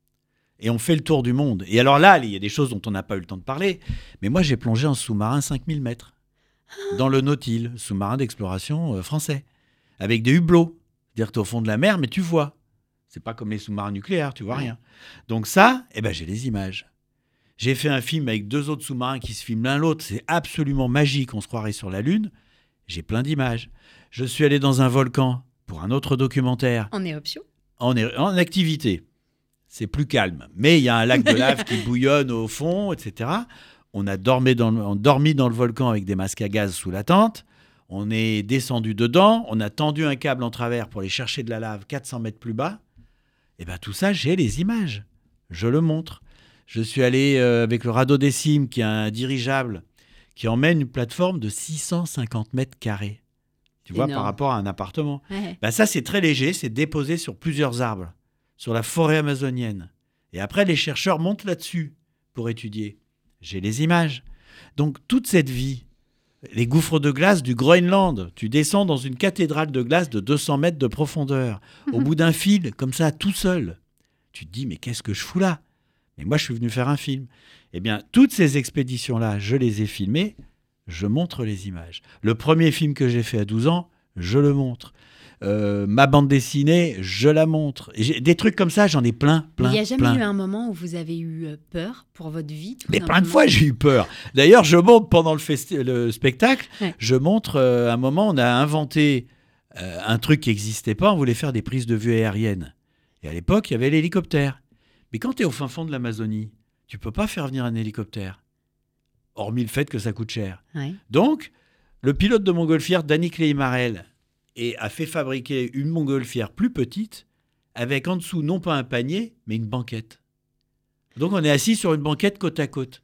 Et on fait le tour du monde. Et alors là, il y a des choses dont on n'a pas eu le temps de parler. Mais moi, j'ai plongé en sous-marin cinq mille mètres. Dans le Nautile, sous-marin d'exploration euh, français. Avec des hublots. C'est-à-dire que tu es au fond de la mer, mais tu vois. C'est pas comme les sous-marins nucléaires, tu vois rien. Donc ça, eh ben, j'ai les images. J'ai fait un film avec deux autres sous-marins qui se filment l'un l'autre. C'est absolument magique. On se croirait sur la Lune. J'ai plein d'images. Je suis allé dans un volcan pour un autre documentaire. En éruption ? En, é- en activité. C'est plus calme. Mais il y a un lac de lave qui bouillonne au fond, et cetera. On a dormi dans, le, on dormi dans le volcan avec des masques à gaz sous la tente. On est descendu dedans. On a tendu un câble en travers pour aller chercher de la lave quatre cents mètres plus bas. Et bien tout ça, j'ai les images. Je le montre. Je suis allé euh, avec le radeau des Cimes, qui est un dirigeable, qui emmène une plateforme de six cent cinquante mètres carrés. Tu vois, Énorme. par rapport à un appartement. Ouais. Ben ça, c'est très léger. C'est déposé sur plusieurs arbres, sur la forêt amazonienne. Et après, les chercheurs montent là-dessus pour étudier. J'ai les images. Donc, toute cette vie, les gouffres de glace du Groenland, tu descends dans une cathédrale de glace de deux cents mètres de profondeur, au bout d'un fil, comme ça, tout seul. Tu te dis, mais qu'est-ce que je fous là ? Mais moi, je suis venu faire un film. Eh bien, toutes ces expéditions-là, je les ai filmées, je montre les images. Le premier film que j'ai fait à douze ans, je le montre. Euh, ma bande dessinée, je la montre. Et j'ai- des trucs comme ça, j'en ai plein, plein, Il n'y a jamais plein. eu un moment où vous avez eu euh, peur pour votre vie tout Mais plein de simplement fois, j'ai eu peur. D'ailleurs, je montre pendant le, festi- le spectacle, Ouais. je montre, euh, un moment, on a inventé euh, un truc qui n'existait pas, on voulait faire des prises de vue aériennes. Et à l'époque, il y avait l'hélicoptère. Mais quand tu es au fin fond de l'Amazonie, tu peux pas faire venir un hélicoptère. Hormis le fait que ça coûte cher. Ouais. Donc, le pilote de montgolfière, Danny Claymarel, et a fait fabriquer une montgolfière plus petite, avec en dessous non pas un panier, mais une banquette. Donc on est assis sur une banquette côte à côte.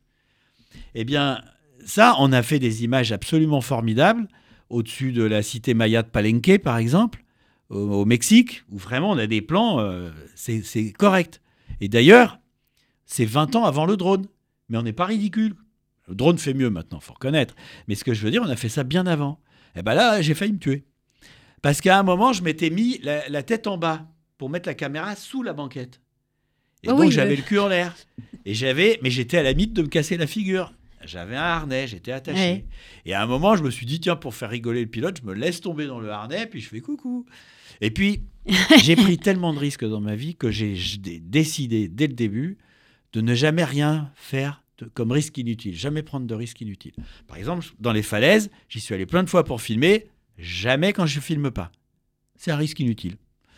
Eh bien, ça, on a fait des images absolument formidables, au-dessus de la cité maya de Palenque, par exemple, au, au Mexique, où vraiment on a des plans, euh, c'est, c'est correct. Et d'ailleurs, c'est vingt ans avant le drone, mais on n'est pas ridicule. Le drone fait mieux maintenant, il faut reconnaître. Mais ce que je veux dire, on a fait ça bien avant. Et bien là, j'ai failli me tuer. Parce qu'à un moment, je m'étais mis la, la tête en bas pour mettre la caméra sous la banquette. Et Oh donc, oui, j'avais le- le cul en l'air. Et j'avais, mais j'étais à la limite de me casser la figure. J'avais un harnais, j'étais attaché. Ouais. Et à un moment, je me suis dit, tiens, pour faire rigoler le pilote, je me laisse tomber dans le harnais, puis je fais coucou. Et puis, j'ai pris tellement de risques dans ma vie que j'ai j'ai décidé, dès le début, de ne jamais rien faire de- comme risque inutile. Jamais prendre de risque inutile. Par exemple, dans les falaises, j'y suis allé plein de fois pour filmer. Jamais quand je ne filme pas. C'est un risque inutile.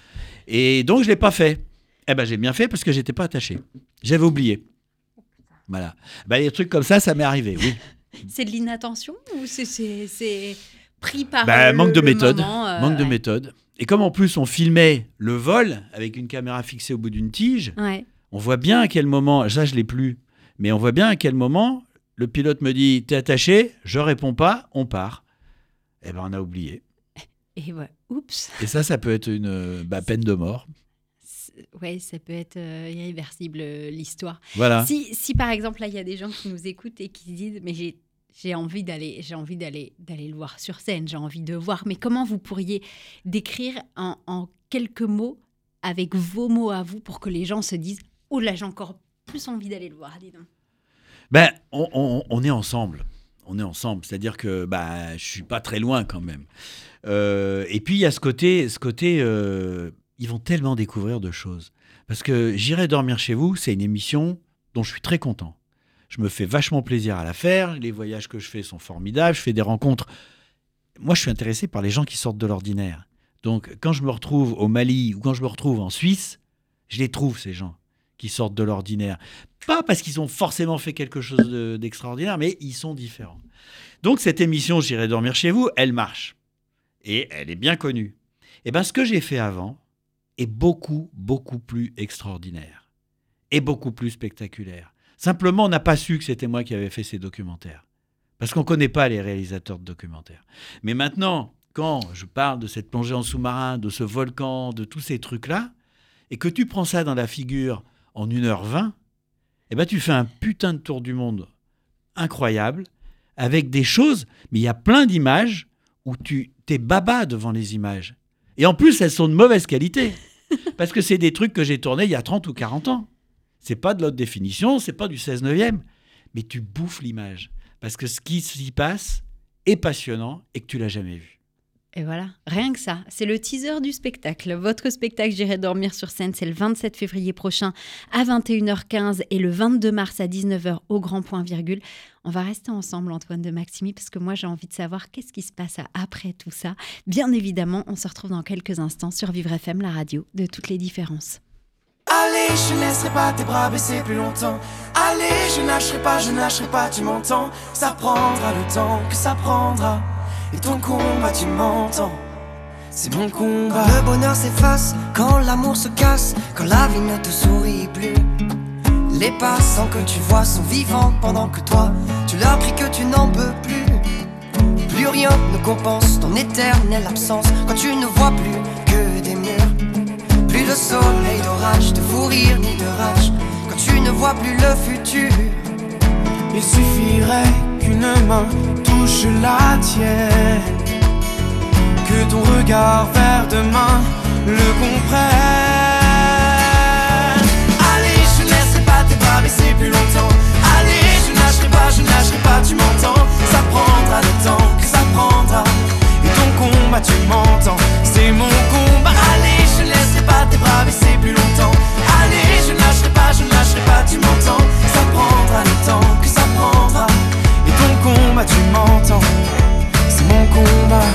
Et donc, je ne l'ai pas fait. Eh ben, j'ai bien fait parce que je n'étais pas attaché. J'avais oublié. Voilà. Ben, les trucs comme ça, ça m'est arrivé, oui. C'est de l'inattention ou c'est, c'est, c'est pris par Bah, le, manque de le méthode. moment, euh, Manque de ouais. méthode. Et comme en plus, on filmait le vol avec une caméra fixée au bout d'une tige, Ouais. on voit bien à quel moment, ça, je ne l'ai plus, mais on voit bien à quel moment le pilote me dit « T'es attaché ?» Je réponds pas, on part. Eh ben, on a oublié. Et ouais, oups. Et ça, ça peut être une euh, bah, peine de mort. C'est- Ouais, ça peut être euh, irréversible, euh, l'histoire. Voilà. Si, si par exemple, là, il y a des gens qui nous écoutent et qui se disent, mais j'ai, j'ai envie d'aller, j'ai envie d'aller, d'aller le voir sur scène, j'ai envie de voir. Mais comment vous pourriez décrire en, en quelques mots, avec vos mots à vous, pour que les gens se disent, oh là, j'ai encore plus envie d'aller le voir, dis donc. Ben, on, on- on est ensemble. On est ensemble. C'est-à-dire que bah, je suis pas très loin quand même. Euh, et puis, il y a ce côté... Ce côté euh, ils vont tellement découvrir de choses. Parce que J'irai dormir chez vous, c'est une émission dont je suis très content. Je me fais vachement plaisir à la faire. Les voyages que je fais sont formidables. Je fais des rencontres. Moi, je suis intéressé par les gens qui sortent de l'ordinaire. Donc, quand je me retrouve au Mali ou quand je me retrouve en Suisse, je les trouve, ces gens qui sortent de l'ordinaire. Pas parce qu'ils ont forcément fait quelque chose de- d'extraordinaire, mais ils sont différents. Donc, cette émission, J'irai dormir chez vous, elle marche. Et elle est bien connue. Et bien, ce que j'ai fait avant est beaucoup, beaucoup plus extraordinaire. Et beaucoup plus spectaculaire. Simplement, on n'a pas su que c'était moi qui avais fait ces documentaires. Parce qu'on ne connaît pas les réalisateurs de documentaires. Mais maintenant, quand je parle de cette plongée en sous-marin, de ce volcan, de tous ces trucs-là, et que tu prends ça dans la figure en une heure vingt, eh ben, tu fais un putain de tour du monde incroyable, avec des choses, mais il y a plein d'images où tu t'es baba devant les images. Et en plus, elles sont de mauvaise qualité. Parce que c'est des trucs que j'ai tournés il y a trente ou quarante ans. C'est pas de l'haute définition, c'est pas du seize neuvième. Mais tu bouffes l'image. Parce que ce qui s'y passe est passionnant et que tu l'as jamais vu. Et voilà, rien que ça. C'est le teaser du spectacle. Votre spectacle J'irai dormir sur scène, c'est le vingt-sept février prochain à vingt et une heures quinze et le vingt-deux mars à dix-neuf heures au Grand Point Virgule. On va rester ensemble, Antoine de Maximi, parce que moi, j'ai envie de savoir qu'est-ce qui se passe après tout ça. Bien évidemment, on se retrouve dans quelques instants sur Vivre F M, la radio de toutes les différences. Allez, je ne laisserai pas tes bras baisser plus longtemps. Allez, je ne lâcherai pas, je ne lâcherai pas, tu m'entends. Ça prendra le temps que ça prendra. Et ton combat, tu m'entends. C'est mon combat. Le bonheur s'efface quand l'amour se casse, quand la vie ne te sourit plus. Les passants que tu vois sont vivants pendant que toi, tu leur cries que tu n'en peux plus. Plus rien ne compense ton éternelle absence quand tu ne vois plus que des murs. Plus de soleil, d'orage, de fou rire ni de rage quand tu ne vois plus le futur. Il suffirait qu'une main touche la tienne, que ton regard vers demain le comprenne. Allez, je ne laisserai pas tes bras baisser plus longtemps. Allez, je ne lâcherai pas, je ne lâcherai pas, tu m'entends. Ça prendra le temps que ça prendra. Et ton combat, tu m'entends, c'est mon combat. Allez, je ne laisserai pas tes bras baisser plus longtemps. Allez, je ne lâcherai pas, je ne lâcherai pas, tu m'entends. Ça prendra le temps que ça prendra. Et ton combat, tu m'entends, c'est mon combat.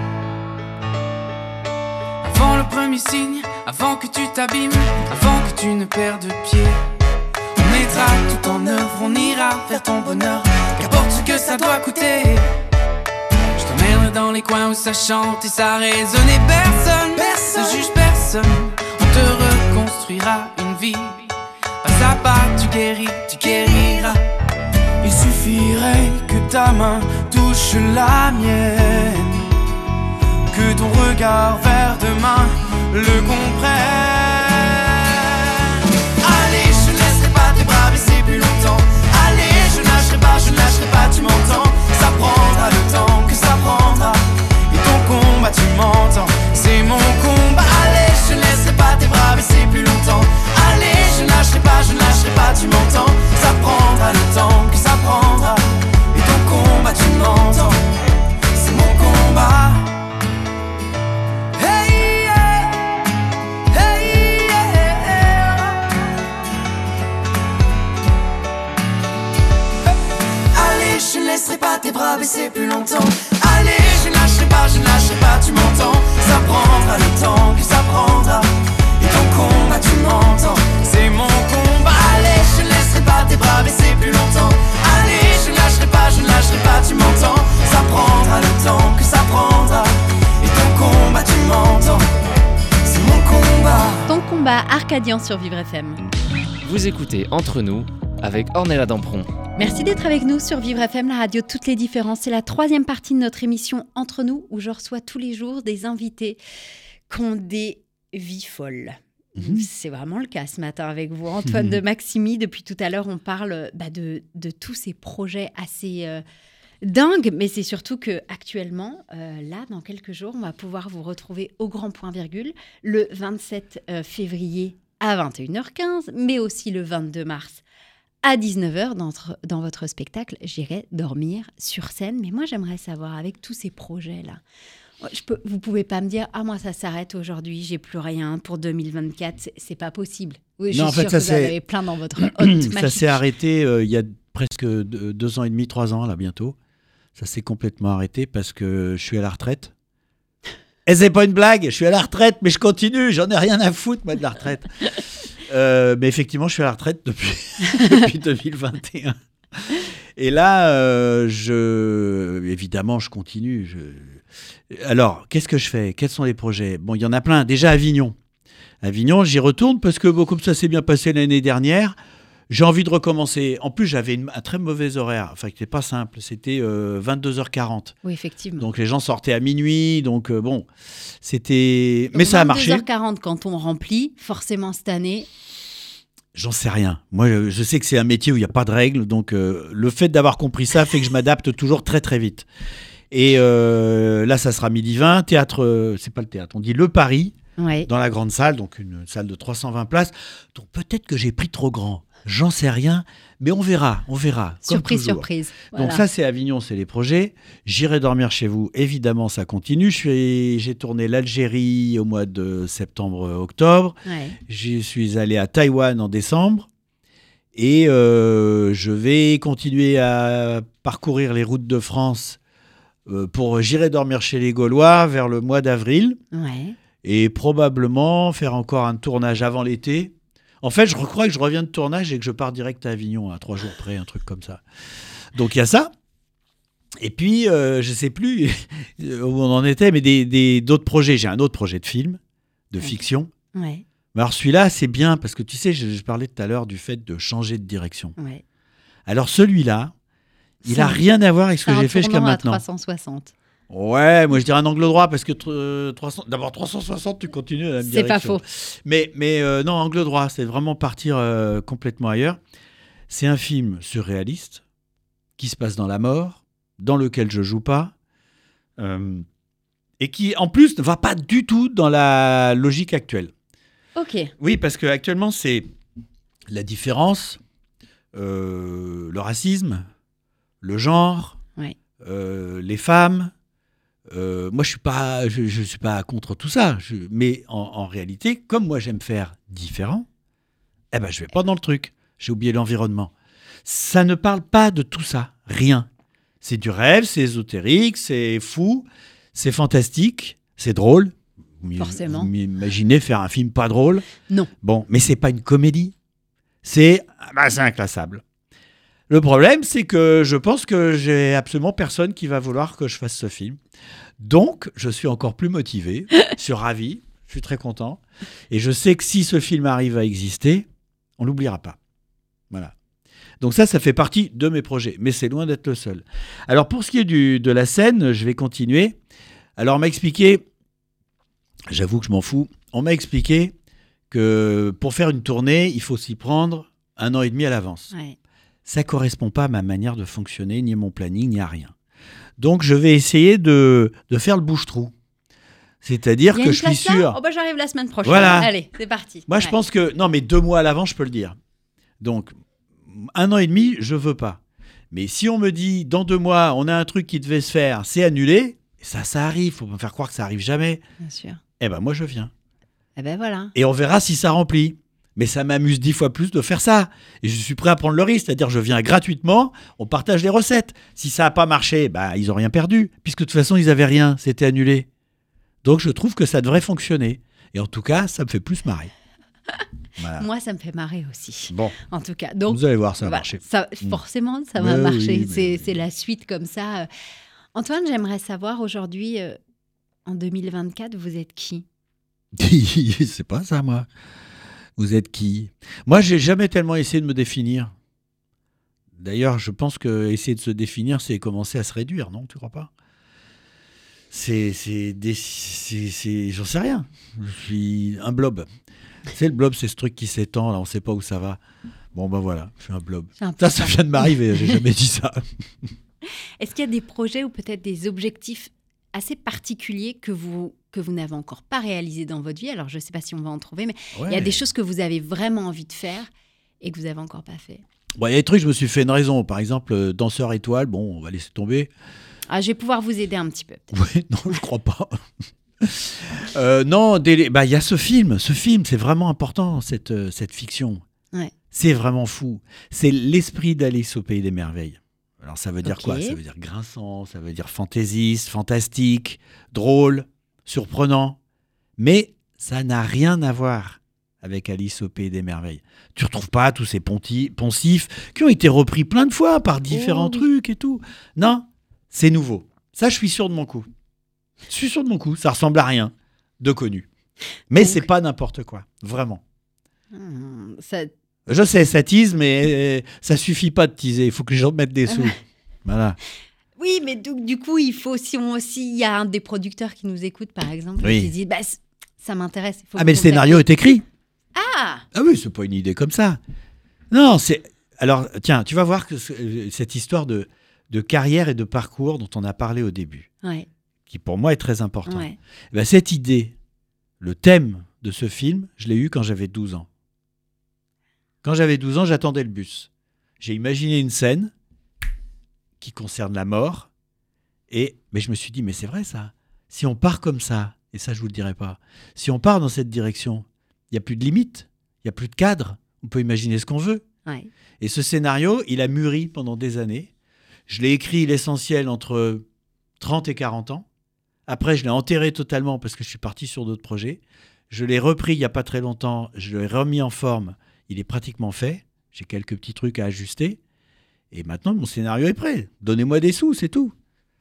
Avant le premier signe, avant que tu t'abîmes, avant que tu ne perdes pied, on mettra tout en œuvre, on ira vers ton bonheur, qu'importe ce que ça doit coûter. Je t'emmènerai dans les coins où ça chante et ça résonne et personne, personne ne juge personne. On te reconstruira une vie, pas à pas tu guéris, tu guériras. Il suffirait que ta main touche la mienne, que ton regard vers demain le comprenne. Allez, je ne laisserai pas tes bras baisser plus longtemps. Allez, je ne lâcherai pas, je ne lâcherai pas, tu m'entends. Ça prendra le temps que ça prendra. Et ton combat, tu m'entends, c'est mon combat. Allez, je ne laisserai pas tes bras baisser plus longtemps. Allez, je ne lâcherai pas, je ne lâcherai pas, tu m'entends. Ça prendra le temps que ça prendra. Et ton combat, tu m'entends, c'est mon combat. Hey, yeah. Arcadian sur Vivre F M. Vous écoutez Entre nous avec Ornella Dampron. Merci d'être avec nous sur Vivre F M, la radio de toutes les différences. C'est la troisième partie de notre émission Entre nous, où je reçois tous les jours des invités qui ont des vies folles. Mmh. C'est vraiment le cas ce matin avec vous. Antoine mmh. de Maximi, depuis tout à l'heure, on parle bah, de, de tous ces projets assez euh, dingues, mais c'est surtout qu'actuellement, euh, là, dans quelques jours, on va pouvoir vous retrouver au Grand Point Virgule le vingt-sept février à vingt et une heures quinze, mais aussi le vingt-deux mars à dix-neuf heures dans, dans votre spectacle « J'irai dormir sur scène ». Mais moi, j'aimerais savoir, avec tous ces projets-là, je peux, vous ne pouvez pas me dire « Ah, moi, ça s'arrête aujourd'hui, j'ai plus rien pour deux mille vingt-quatre ». C'est, c'est pas possible. Oui, je non, suis en fait, sûre ça que vous en c'est... avez plein dans votre hotte Ça s'est arrêté euh, il y a presque deux, deux ans et demi, trois ans, là, bientôt. Ça s'est complètement arrêté parce que je suis à la retraite. Et c'est pas une blague, je suis à la retraite, mais je continue, j'en ai rien à foutre, moi, de la retraite. Euh, mais effectivement, je suis à la retraite depuis, depuis deux mille vingt et un. Et là, euh, je, évidemment, je continue. Je... Alors, qu'est-ce que je fais ? Quels sont les projets ? Bon, il y en a plein. Déjà, Avignon. Avignon, j'y retourne parce que, bon, comme ça s'est bien passé l'année dernière, j'ai envie de recommencer. En plus, j'avais une, un très mauvais horaire. Enfin, qui n'était pas simple. C'était euh, vingt-deux heures quarante. Oui, effectivement. Donc, les gens sortaient à minuit. Donc, euh, bon, c'était... Mais ça a marché. vingt-deux heures quarante, quand on remplit, forcément, cette année... J'en sais rien. Moi, je sais que c'est un métier où il n'y a pas de règles. Donc, euh, le fait d'avoir compris ça fait que je m'adapte toujours très, très vite. Et euh, là, ça sera midi vingt. Théâtre, euh, c'est pas le théâtre. On dit le Paris, ouais. Dans la grande salle. Donc, une salle de trois cent vingt places. Donc, peut-être que j'ai pris trop grand. J'en sais rien. Mais on verra. On verra. Surprise, surprise. Voilà. Donc, ça, c'est Avignon, c'est les projets. J'irai dormir chez vous. Évidemment, ça continue. Je suis, j'ai tourné l'Algérie au mois de septembre-octobre. Ouais. Je suis allé à Taïwan en décembre. Et euh, je vais continuer à parcourir les routes de France euh, pour J'irai dormir chez les Gaulois vers le mois d'avril. Ouais. Et probablement faire encore un tournage avant l'été. En fait, je crois que je reviens de tournage et que je pars direct à Avignon, à trois jours près, un truc comme ça. Donc, il y a ça. Et puis, euh, je ne sais plus où on en était, mais des, des, d'autres projets. J'ai un autre projet de film, de okay. fiction. Ouais. Mais alors, celui-là, c'est bien, parce que tu sais, je, je parlais tout à l'heure du fait de changer de direction. Ouais. Alors, celui-là, il n'a c'est, rien à voir avec ce que j'ai fait jusqu'à maintenant. trois cent soixante. Ouais, moi je dirais un angle droit parce que euh, trois cents, d'abord trois cent soixante, tu continues à la même c'est direction. C'est pas faux. Mais, mais euh, non, angle droit, c'est vraiment partir euh, complètement ailleurs. C'est un film surréaliste qui se passe dans la mort, dans lequel je joue pas, euh, et qui en plus ne va pas du tout dans la logique actuelle. Ok. Oui, parce qu'actuellement c'est la différence, euh, le racisme, le genre, ouais. euh, les femmes. Euh, moi, je suis pas, je, je suis pas contre tout ça. Je, mais en, en réalité, comme moi, j'aime faire différent, eh ben, je vais pas dans le truc. J'ai oublié l'environnement. Ça ne parle pas de tout ça. Rien. C'est du rêve, c'est ésotérique, c'est fou, c'est fantastique, c'est drôle. Forcément. Vous m'imaginez faire un film pas drôle ? Non. Bon, mais c'est pas une comédie. C'est, bah, c'est inclassable. Le problème, c'est que je pense que j'ai absolument personne qui va vouloir que je fasse ce film. Donc, je suis encore plus motivé, je suis ravi, je suis très content. Et je sais que si ce film arrive à exister, on ne l'oubliera pas. Voilà. Donc ça, ça fait partie de mes projets, mais c'est loin d'être le seul. Alors, pour ce qui est du, de la scène, je vais continuer. Alors, on m'a expliqué, j'avoue que je m'en fous, on m'a expliqué que pour faire une tournée, il faut s'y prendre un an et demi à l'avance. Ouais. Ça ne correspond pas à ma manière de fonctionner, ni à mon planning, ni à rien. Donc, je vais essayer de, de faire le bouche-trou. C'est-à-dire que je suis sûr... Oh bah, j'arrive la semaine prochaine. Voilà. Allez, c'est parti. Moi, ouais. je pense que... Non, mais deux mois à l'avant, je peux le dire. Donc, un an et demi, je ne veux pas. Mais si on me dit, dans deux mois, on a un truc qui devait se faire, c'est annulé, ça, ça arrive. Il ne faut pas me faire croire que ça arrive jamais. Bien sûr. Eh ben, moi, je viens. Eh ben voilà. Et on verra si ça remplit. Mais ça m'amuse dix fois plus de faire ça. Et je suis prêt à prendre le risque. C'est-à-dire, je viens gratuitement, on partage les recettes. Si ça n'a pas marché, bah, ils n'ont rien perdu. Puisque de toute façon, ils n'avaient rien. C'était annulé. Donc, je trouve que ça devrait fonctionner. Et en tout cas, ça me fait plus marrer. Voilà. Moi, ça me fait marrer aussi. Bon. En tout cas. Donc, vous allez voir, ça va bah, marcher. Ça, forcément, ça mais va marcher. Oui, c'est, oui. c'est la suite comme ça. Antoine, j'aimerais savoir aujourd'hui, euh, en deux mille vingt-quatre, vous êtes qui ? C'est pas ça, moi. Vous êtes qui? Moi, j'ai jamais tellement essayé de me définir. D'ailleurs, je pense que essayer de se définir, c'est commencer à se réduire, non? Tu crois pas? C'est, c'est, des, c'est, c'est, j'en sais rien. Je suis un blob. C'est le blob, c'est ce truc qui s'étend, là, on sait pas où ça va. Bon, ben voilà, je suis un blob. Un Ça, ça vient de m'arriver, j'ai jamais dit ça. Est-ce qu'il y a des projets ou peut-être des objectifs assez particuliers que vous, que vous n'avez encore pas réalisés dans votre vie? Alors, je ne sais pas si on va en trouver, mais Ouais. il y a des choses que vous avez vraiment envie de faire et que vous n'avez encore pas fait. Bon, il y a des trucs, je me suis fait une raison. Par exemple, euh, danseur étoile, bon, on va laisser tomber. Ah, je vais pouvoir vous aider un petit peu. peut-être. Oui, non, je crois pas. Euh, non, délai- bah, il y a ce film. Ce film, c'est vraiment important, cette, euh, cette fiction. Ouais. C'est vraiment fou. C'est l'esprit d'Alice au Pays des Merveilles. Alors, ça veut dire Ok. quoi? Ça veut dire grinçant, ça veut dire fantaisiste, fantastique, drôle, surprenant. Mais ça n'a rien à voir avec Alice au Pays des Merveilles. Tu retrouves pas tous ces ponti- poncifs qui ont été repris plein de fois par différents Oh, oui. trucs et tout. Non, c'est nouveau. Ça, je suis sûr de mon coup. Je suis sûr de mon coup. Ça ressemble à rien de connu. Mais Donc- c'est pas n'importe quoi. Vraiment. Hum, ça, Je sais, ça tease, mais euh, ça suffit pas de teaser. Il faut que les gens mettent des sous. Voilà. Oui, mais du, du coup, il faut, si on, s'il y a un des producteurs qui nous écoute, par exemple, Oui. qui dit, bah, c- ça m'intéresse. il faut Ah, mais le contacter. scénario est écrit. Ah, Ah oui, c'est pas une idée comme ça. Non, c'est. Alors, tiens, tu vas voir que ce- cette histoire de, de carrière et de parcours dont on a parlé au début, ouais, qui pour moi est très important. ouais. Eh ben, cette idée, le thème de ce film, je l'ai eu quand j'avais douze ans. Quand j'avais douze ans, j'attendais le bus. J'ai imaginé une scène qui concerne la mort. Et, mais je me suis dit, mais c'est vrai ça. Si on part comme ça, et ça je vous le dirai pas, si on part dans cette direction, il n'y a plus de limite, il n'y a plus de cadre, on peut imaginer ce qu'on veut. Ouais. Et ce scénario, il a mûri pendant des années. Je l'ai écrit l'essentiel entre trente et quarante ans. Après, je l'ai enterré totalement parce que je suis parti sur d'autres projets. Je l'ai repris il n'y a pas très longtemps, je l'ai remis en forme. Il est pratiquement fait. J'ai quelques petits trucs à ajuster. Et maintenant, mon scénario est prêt. Donnez-moi des sous, c'est tout.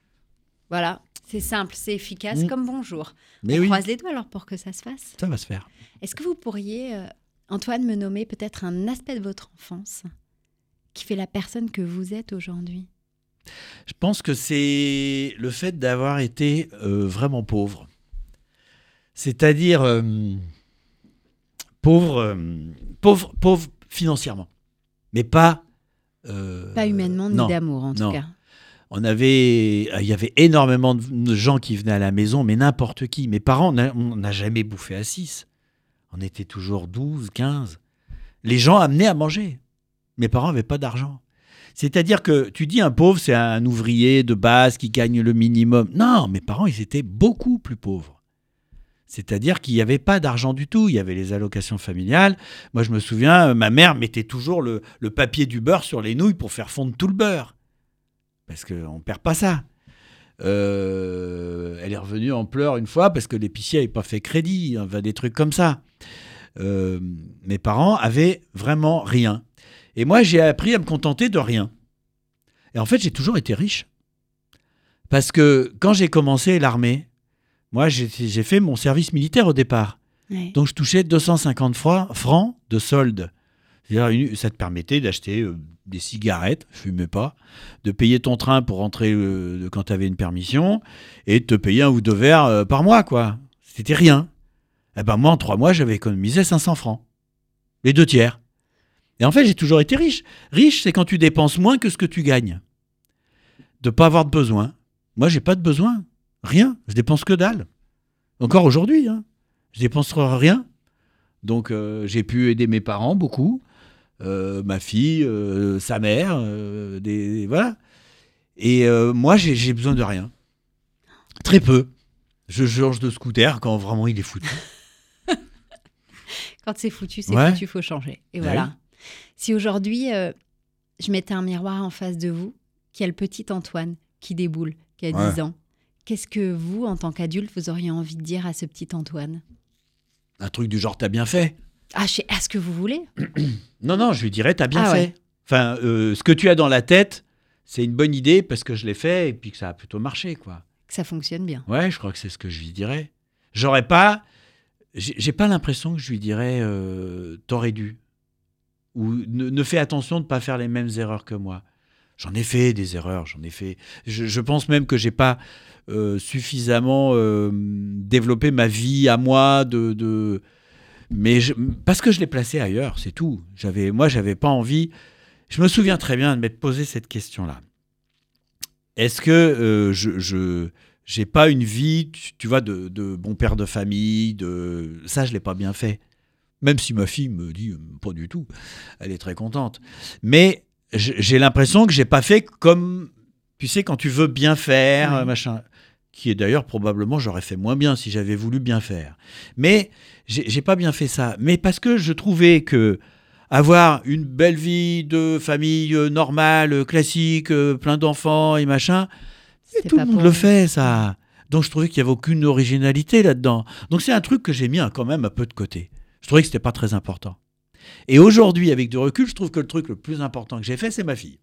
Voilà, c'est simple, c'est efficace, Mm. comme bonjour. Mais on oui, croise les doigts alors pour que ça se fasse. ça va se faire. Est-ce que vous pourriez, euh, Antoine, me nommer peut-être un aspect de votre enfance qui fait la personne que vous êtes aujourd'hui? Je pense que c'est le fait d'avoir été euh, vraiment pauvre. C'est-à-dire euh, pauvre, euh, pauvre, pauvre financièrement, mais pas... euh, Pas humainement ni non. d'amour, en non. tout cas. On avait, il y avait énormément de gens qui venaient à la maison, mais n'importe qui. Mes parents, on n'a- on n'a jamais bouffé à six. On était toujours douze, quinze. Les gens amenaient à manger. Mes parents n'avaient pas d'argent. C'est-à-dire que tu dis un pauvre, c'est un ouvrier de base qui gagne le minimum. Non, mes parents, ils étaient beaucoup plus pauvres. C'est-à-dire qu'il n'y avait pas d'argent du tout. Il y avait les allocations familiales. Moi, je me souviens, euh, ma mère mettait toujours le, le papier du beurre sur les nouilles pour faire fondre tout le beurre. Parce qu'on ne perd pas ça. Euh, elle est revenue en pleurs une fois parce que l'épicier n'avait pas fait crédit. Enfin, des trucs comme ça. Euh, mes parents avaient vraiment rien. Et moi, j'ai appris à me contenter de rien. Et en fait, j'ai toujours été riche. Parce que quand j'ai commencé l'armée, moi, j'ai, j'ai fait mon service militaire au départ. Ouais. Donc, je touchais deux cent cinquante fra- francs de solde. C'est-à-dire, une- ça te permettait d'acheter euh, des cigarettes, je fumais pas, de payer ton train pour rentrer euh, quand tu avais une permission, et de te payer un ou deux verres euh, par mois, quoi. C'était rien. Eh ben, moi, en trois mois, j'avais économisé cinq cents francs. Les deux tiers. Et en fait, j'ai toujours été riche. Riche, c'est quand tu dépenses moins que ce que tu gagnes. De pas avoir de besoin. Moi, j'ai pas de besoin. Rien. Je dépense que dalle. Encore aujourd'hui, hein. Je dépense rien. Donc, euh, j'ai pu aider mes parents beaucoup. Euh, ma fille, euh, sa mère, euh, des, voilà. Et euh, moi, j'ai, j'ai besoin de rien. Très peu. Je change de scooter quand vraiment il est foutu. Quand c'est foutu, c'est Ouais. foutu, il faut changer. Et Ah voilà. oui. Si aujourd'hui, euh, je mettais un miroir en face de vous, qui a le petit Antoine qui déboule, qui a Ouais. dix ans, qu'est-ce que vous, en tant qu'adulte, vous auriez envie de dire à ce petit Antoine? Un truc du genre, t'as bien fait. Ah, je sais, à ce que vous voulez. Non, non, je lui dirais, t'as bien Ah fait. ouais. Enfin, euh, ce que tu as dans la tête, c'est une bonne idée parce que je l'ai fait et puis que ça a plutôt marché, quoi. Que ça fonctionne bien. Ouais, je crois que c'est ce que je lui dirais. J'aurais pas, j'ai, j'ai pas l'impression que je lui dirais euh, t'aurais dû. Ou ne, ne fais attention de ne pas faire les mêmes erreurs que moi. J'en ai fait des erreurs, j'en ai fait. Je, je pense même que j'ai pas euh, suffisamment euh, développé ma vie à moi de. de... Mais je, parce que je l'ai placé ailleurs, c'est tout. J'avais, moi, j'avais pas envie. Je me souviens très bien de m'être posé cette question-là. Est-ce que euh, je, je j'ai pas une vie, tu, tu vois, de, de bon père de famille, de ça, je l'ai pas bien fait. Même si ma fille me dit euh, pas du tout, elle est très contente. Mais j'ai l'impression que j'ai pas fait comme, tu sais, quand tu veux bien faire, ouais. machin. Qui est d'ailleurs probablement, j'aurais fait moins bien si j'avais voulu bien faire. Mais j'ai, j'ai pas bien fait ça. Mais parce que je trouvais que avoir une belle vie de famille euh, normale, euh, classique, euh, plein d'enfants et machin, et tout le monde le fait, ça. Donc je trouvais qu'il y avait aucune originalité là-dedans. Donc c'est un truc que j'ai mis quand même un peu de côté. Je trouvais que c'était pas très important. Et aujourd'hui, avec du recul, je trouve que le truc le plus important que j'ai fait, c'est ma fille.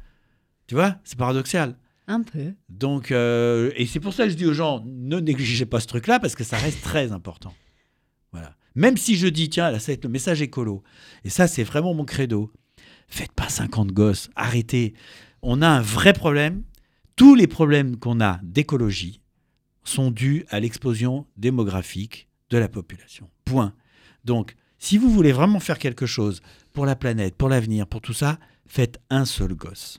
Tu vois, c'est paradoxal. Un peu. Donc, euh, et c'est pour ça que je dis aux gens, ne négligez pas ce truc-là, parce que ça reste très important. Voilà. Même si je dis, tiens, là, ça va être le message écolo. Et ça, c'est vraiment mon credo. Faites pas cinquante gosses, arrêtez. On a un vrai problème. Tous les problèmes qu'on a d'écologie sont dus à l'explosion démographique de la population. Point. Donc, si vous voulez vraiment faire quelque chose pour la planète, pour l'avenir, pour tout ça, faites un seul gosse.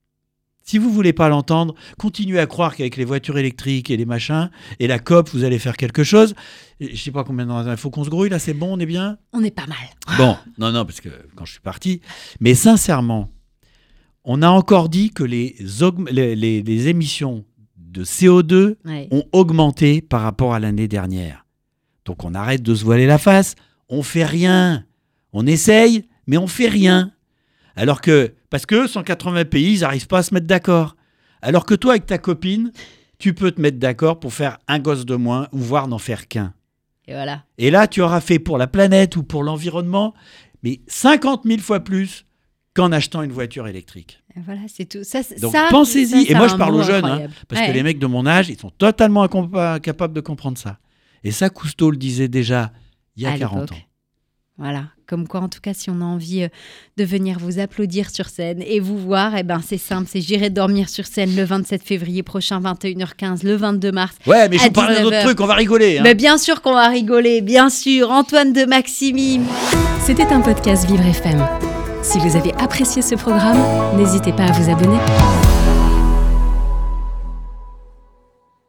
Si vous ne voulez pas l'entendre, continuez à croire qu'avec les voitures électriques et les machins, et la C O P, vous allez faire quelque chose. Je ne sais pas combien de temps il faut qu'on se grouille, là, c'est bon, on est bien ? On est pas mal. Bon, non, non, parce que quand je suis parti... Mais sincèrement, on a encore dit que les, aug- les, les, les émissions de C O deux ouais. ont augmenté par rapport à l'année dernière. Donc on arrête de se voiler la face, on ne fait rien. On essaye, mais on ne fait rien. Alors que, parce que cent quatre-vingts pays, ils n'arrivent pas à se mettre d'accord. Alors que toi, avec ta copine, tu peux te mettre d'accord pour faire un gosse de moins, ou voire n'en faire qu'un. Et voilà. Et là, tu auras fait pour la planète ou pour l'environnement, mais cinquante mille fois plus qu'en achetant une voiture électrique. Et voilà, c'est tout. Ça, c'est, Donc ça, pensez-y. ça, Et moi, je parle aux jeunes, hein, parce ouais. que les mecs de mon âge, ils sont totalement incompa- capables de comprendre ça. Et ça, Cousteau le disait déjà il y a à quarante l'époque. ans. Voilà, comme quoi en tout cas si on a envie euh, de venir vous applaudir sur scène et vous voir, eh ben c'est simple, c'est J'irai dormir sur scène le vingt-sept février prochain, vingt et une heures quinze, le vingt-deux mars. Ouais, mais je vous parlais d'autres trucs, on va rigoler. Hein. Mais bien sûr qu'on va rigoler, bien sûr. Antoine de Maximi. C'était un podcast Vivre F M. Si vous avez apprécié ce programme, n'hésitez pas à vous abonner.